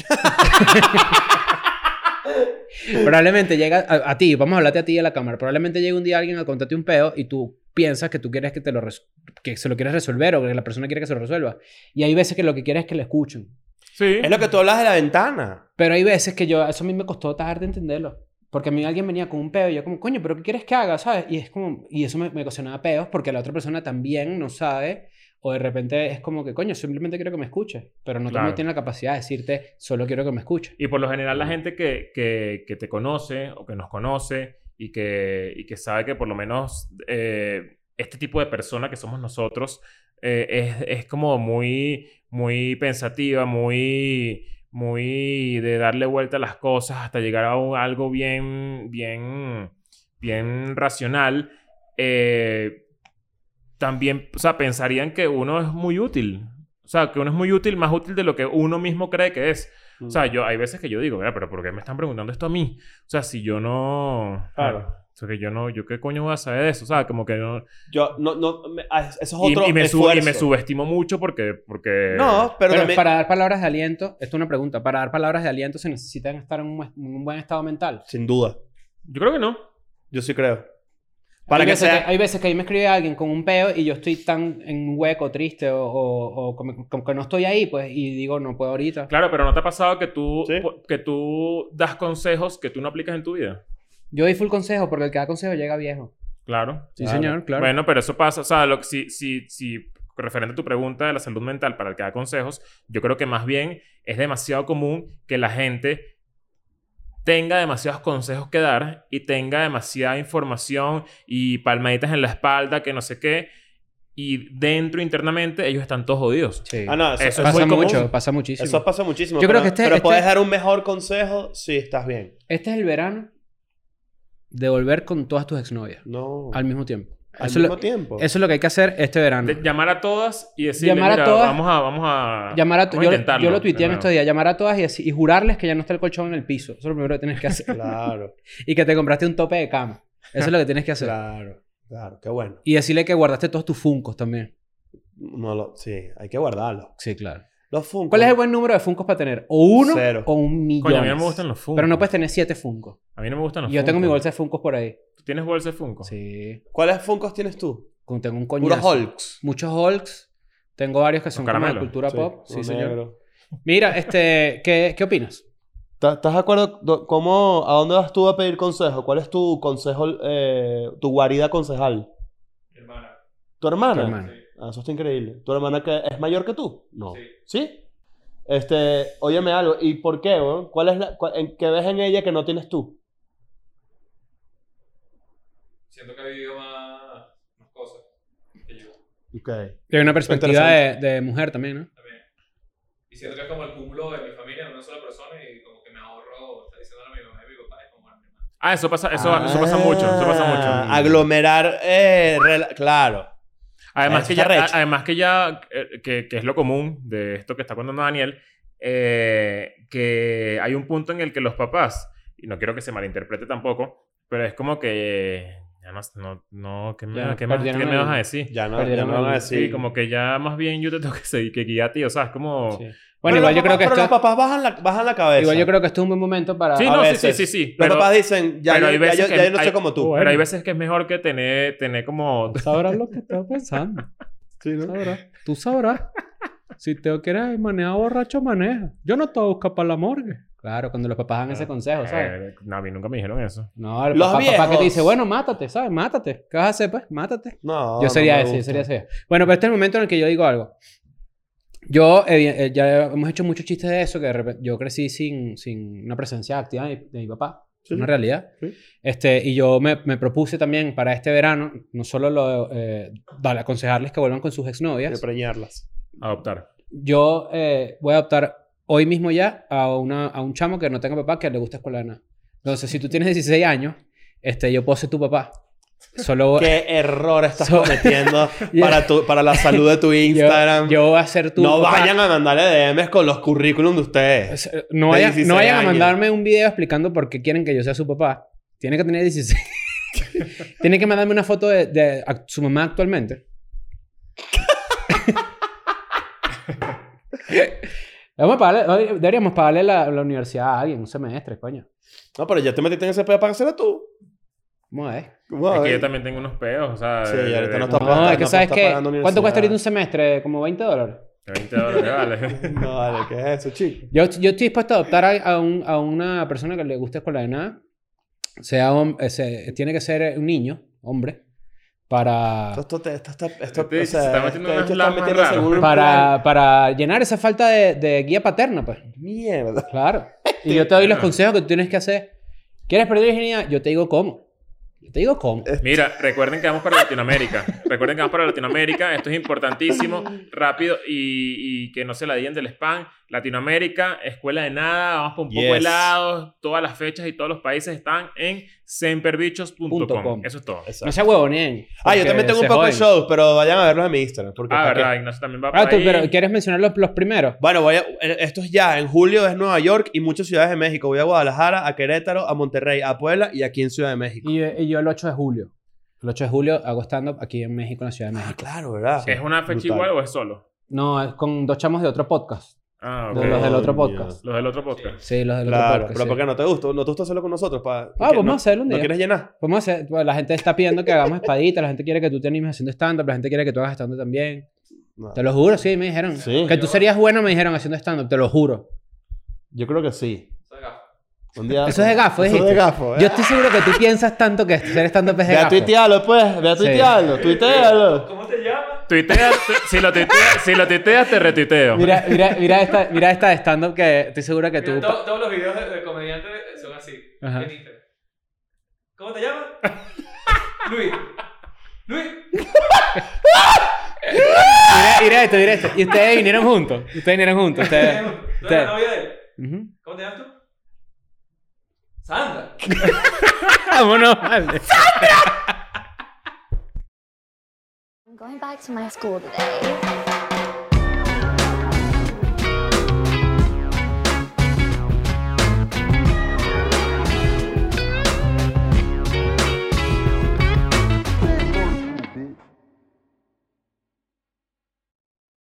Probablemente llega a, a ti, vamos a hablarte a ti y a la cámara. Probablemente llega un día alguien a contarte un peo y tú piensas que tú quieres que te lo res- que se lo quieres resolver o que la persona quiere que se lo resuelva. Y hay veces que lo que quieres es que le escuchen. Sí. Es lo que tú hablas de la ventana. Pero hay veces que yo, eso a mí me costó tarde entenderlo. Porque a mí alguien venía con un peo y yo como, coño, ¿pero qué quieres que haga? ¿Sabes? Y es como, y eso me, me ocasionaba peos porque la otra persona también no sabe. O de repente es como que, coño, simplemente quiero que me escuches. Pero no, Claro. no tiene la capacidad de decirte, solo quiero que me escuches. Y por lo general la gente que, que, que te conoce o que nos conoce y que, y que sabe que por lo menos eh, este tipo de persona que somos nosotros eh, es, es como muy, muy pensativa, muy, muy de darle vuelta a las cosas hasta llegar a un- algo bien, bien, bien racional. Eh, también, o sea, pensarían que uno es muy útil. O sea, que uno es muy útil, más útil de lo que uno mismo cree que es. O sea, yo, hay veces que yo digo, mira, pero ¿por qué me están preguntando esto a mí? O sea, si yo no... Claro. O sea, que yo no... ¿Yo qué coño voy a saber de eso? O sea, como que no... Yo, no, no, me- ah, eso es Y, otro y me su- esfuerzo. y me subestimo mucho porque... porque... No, pero, Pero, también... para dar palabras de aliento, esto es una pregunta, para dar palabras de aliento se necesitan estar en un, en un buen estado mental. Sin duda. Yo creo que no. Yo sí creo. Para hay, que veces sea... que, hay veces que ahí me escribe alguien con un peo y yo estoy tan en un hueco, triste o, o, o como, como que no estoy ahí, pues, y digo, no puedo ahorita. Claro, pero ¿no te ha pasado que tú... Sí. po- que tú das consejos que tú no aplicas en tu vida? Yo doy full consejo porque el que da consejo llega viejo. Claro. Sí, Claro. señor, claro. Bueno, pero eso pasa, o sea, lo, que- si, si, si, referente a tu pregunta de la salud mental para el que da consejos, yo creo que más bien es demasiado común que la gente tenga demasiados consejos que dar y tenga demasiada información y palmaditas en la espalda, que no sé qué, y dentro internamente ellos están todos jodidos. Sí. Ah, no, eso, Eso es pasa muy común. mucho, pasa muchísimo. Eso pasa muchísimo. Yo creo pero, que este- pero este- puedes dar un mejor consejo si estás bien. Este es el verano de volver con todas tus exnovias No. al mismo tiempo. Al eso, es mismo lo, tiempo. eso es lo que hay que hacer este verano. De- llamar a todas y decirle, Llamar a mira, todas- vamos a... Vamos a, Llamar a vamos a yo, intentarlo yo lo de tuiteé en nuevo". estos días. Llamar a todas y, así- y jurarles que ya no está el colchón en el piso. Eso es lo primero que tienes que hacer. Claro, Y que te compraste un tope de cama. Eso es lo que tienes que hacer. claro, claro. Qué bueno. Y decirle que guardaste todos tus funcos también. No lo... Sí, hay que guardarlo. Sí, claro. Los Funkos. ¿Cuál es el buen número de funcos para tener? O uno Cero. o un millón. Coño, a mí no me gustan los Funkos. Pero no puedes tener siete funcos. A mí no me gustan los Y yo tengo mi Funkos. bolsa de funcos por ahí. ¿Tú tienes bolsa de Funko? Sí. ¿Cuáles Funkos tienes tú? Con- Tengo un Puros coñazo. Hulks. Muchos Hulks. Tengo varios que son como de caramelos. cultura Sí, pop. Sí, uno señor. negro. Mira, este... ¿qué, ¿Qué opinas? ¿Estás estás de acuerdo? Do- ¿Cómo, ¿A dónde vas tú a pedir consejo? ¿Cuál es tu consejo, eh, tu guarida concejal? Mi hermana. ¿Tu hermana? Tu hermana. Ah, eso está increíble. ¿Tu hermana que es mayor que tú? No. Sí. ¿Sí? Este, óyeme algo. ¿Y por qué, weón? ¿Cuál es la, cua- en, ¿Qué ves en ella que no tienes tú? Siento que ha vivido más, más cosas que yo Ok. Hay una perspectiva de, Interesante. de mujer también, ¿no? también. Y siento que es como el cúmulo de mi familia en una sola persona y como que me ahorro, está diciendo a mi mamá y mi papá, es como a mi hermana. Ah, eso pasa, eso, eso pasa mucho. Eso pasa mucho. Ah, Aglomerar, eh, rela- claro. Además Eso que, está ya, recho. a- además que ya, eh, que, que es lo común de esto que está contando Daniel, eh, que hay un punto en el que los papás, y no quiero que se malinterprete tampoco, pero es como que ya no, no, no ¿qué me, Ya, ¿qué más- perdieron qué me el- vas a decir? Ya no, ya Perdieron no van a el- decir. Sí, como que ya más bien yo te tengo que, seguir, que guiar a ti, o sea, es como... Sí. Pero Bueno, igual los yo creo papás- que pero esto... los papás bajan la, bajan la cabeza. Igual yo creo que esto es un buen momento para... Sí, a no, sí, veces. sí, sí, sí. Los Pero, papás dicen, ya, pero yo, hay ya, veces yo, que ya yo no hay- soy como tú. Pero hay veces que es mejor que tener, tener como... Sabrás lo que estás pensando. Sí, ¿no? Sabrás. Tú sabrás. Si te quieres manejar borracho, maneja. Yo no te voy a buscar para la morgue. Claro, cuando los papás dan ese consejo, ¿sabes? Eh, no, a mí nunca me dijeron eso. No, el Los papá, papá que viejos. te dice, bueno, mátate, ¿sabes? Mátate. ¿Qué vas a hacer, pues? Mátate. No, Yo no sería me ese, yo gusta. sería ese. Bueno, pero este es el momento en el que yo digo algo. Yo, eh, eh, ya hemos hecho muchos chistes de eso, que de repente, yo crecí sin, sin una presencia activa de, de mi papá. Sí. Una realidad. Sí. Este, y yo me, me propuse también para este verano, no solo lo, eh, vale, aconsejarles que vuelvan con sus De exnovias. preñarlas. Adoptar. Yo eh, voy a adoptar hoy mismo ya a, una, a un chamo que no tenga papá que le gusta escuela de nada. Entonces, si tú tienes dieciséis años, este, yo puedo ser tu papá. Solo ¿Qué error estás So- cometiendo Yeah. para, tu, para la salud de tu yo, Instagram? yo voy a ser tu no papá. vayan a mandarle D Ms con los currículums de ustedes. Es- eh, No de vayan, dieciséis no vayan a años. mandarme un video explicando por qué quieren que yo sea su papá. Tiene que tener dieciséis. Tiene que mandarme una foto de, de ac- su mamá actualmente. Vamos a pagarle- deberíamos pagarle la, la universidad a alguien, un semestre, coño. No, pero ya te metiste en ese pedo para hacerlo tú. Vamos a ver. Vamos a Es que ver. yo también tengo unos peos, o sea... Sí, de- y ahorita de- no de- está No, pagando- es que no sabes está que... pagando ¿Cuánto cuesta ahorita universidad. un semestre? ¿Como veinte dólares? de veinte dólares, vale. No, vale, ¿qué es eso, chico? Yo, yo estoy dispuesto a adoptar a, a, un- a una persona que le guste escuela de nada. Sea hom- eh, se- tiene que ser un niño, hombre, para... Esto, esto, te- esto, esto, esto, Este o se sea, está metiendo este unas bicho está lamas metiéndose raras. en un Para, para llenar esa falta de, de guía paterna, pues. plan- Mierda. Claro. Y yo te doy los consejos que tú tienes que hacer. ¿Quieres perder virginidad? Yo te digo cómo. Yo te digo cómo. Mira, recuerden que vamos para Latinoamérica. Recuerden que vamos para Latinoamérica. Esto es importantísimo, rápido y, y que no se la digan del spam. Latinoamérica, escuela de nada, vamos por un poco Yes. helados. Todas las fechas y todos los países están en semperbichos punto Punto com. com. Eso es todo. Exacto. No sea huevoneen. Ah, yo porque también tengo un se poco de joden. shows, pero vayan a verlos en mi Instagram. Porque Ah, ¿para qué? verdad, Ignacio también va Ah, por tú, ahí. pero ¿quieres mencionar los, los primeros? Bueno, voy a, esto es ya. En julio es Nueva York y muchas ciudades de México. Voy a Guadalajara, a Querétaro, a Monterrey, a Puebla y aquí en Ciudad de México. Y, y yo el ocho de julio. El ocho de julio hago stand-up aquí en México, en la Ciudad de Ah, México. claro, ¿verdad? ¿Es una fecha Brutal. igual o es solo? No, es con dos chamos de otro podcast. Ah, ok. De los del otro Coño. podcast. Los del otro podcast. Sí, los del Claro, otro podcast. pero sí. ¿por qué no te gusta? ¿No te gusta hacerlo con nosotros? Pa, Ah, vamos no, a hacerlo un ¿No día. quieres llenar? Vamos a hacer, pues, la gente está pidiendo que hagamos espaditas, la gente quiere que tú te animes haciendo stand-up, la gente quiere que tú hagas stand-up también. No. Te lo juro, sí, me dijeron. Sí. Que tú serías bueno, me dijeron, haciendo stand-up, te lo juro. Yo creo que sí. Soy gafo. Un día... Eso es de gafo, Eso es dijiste. de gafo, ¿eh? Yo estoy seguro que tú piensas tanto que hacer stand-up es de Ve a gafo. tuitearlo, pues. Ve a Sí. tuitearlo. Tuitealo. ¿Cómo te llamas? Tuitea, tu- si, lo tuiteas, si lo tuiteas, te retuiteo. Mira, mira, mira esta, mira esta de stand-up que estoy seguro que tú... Mira, to- todos los videos de, de comediantes son así. Ajá. En Instagram. ¿Cómo te llamas? Luis. Luis. Mira, mira esto, mira esto. Y ustedes vinieron juntos. Ustedes vinieron juntos. Ustedes... ¿Tú eres ustedes- la novia de él? Ujú. ¿Cómo te llamas tú? Sandra. Vámonos, vale. I'm going back to my school today.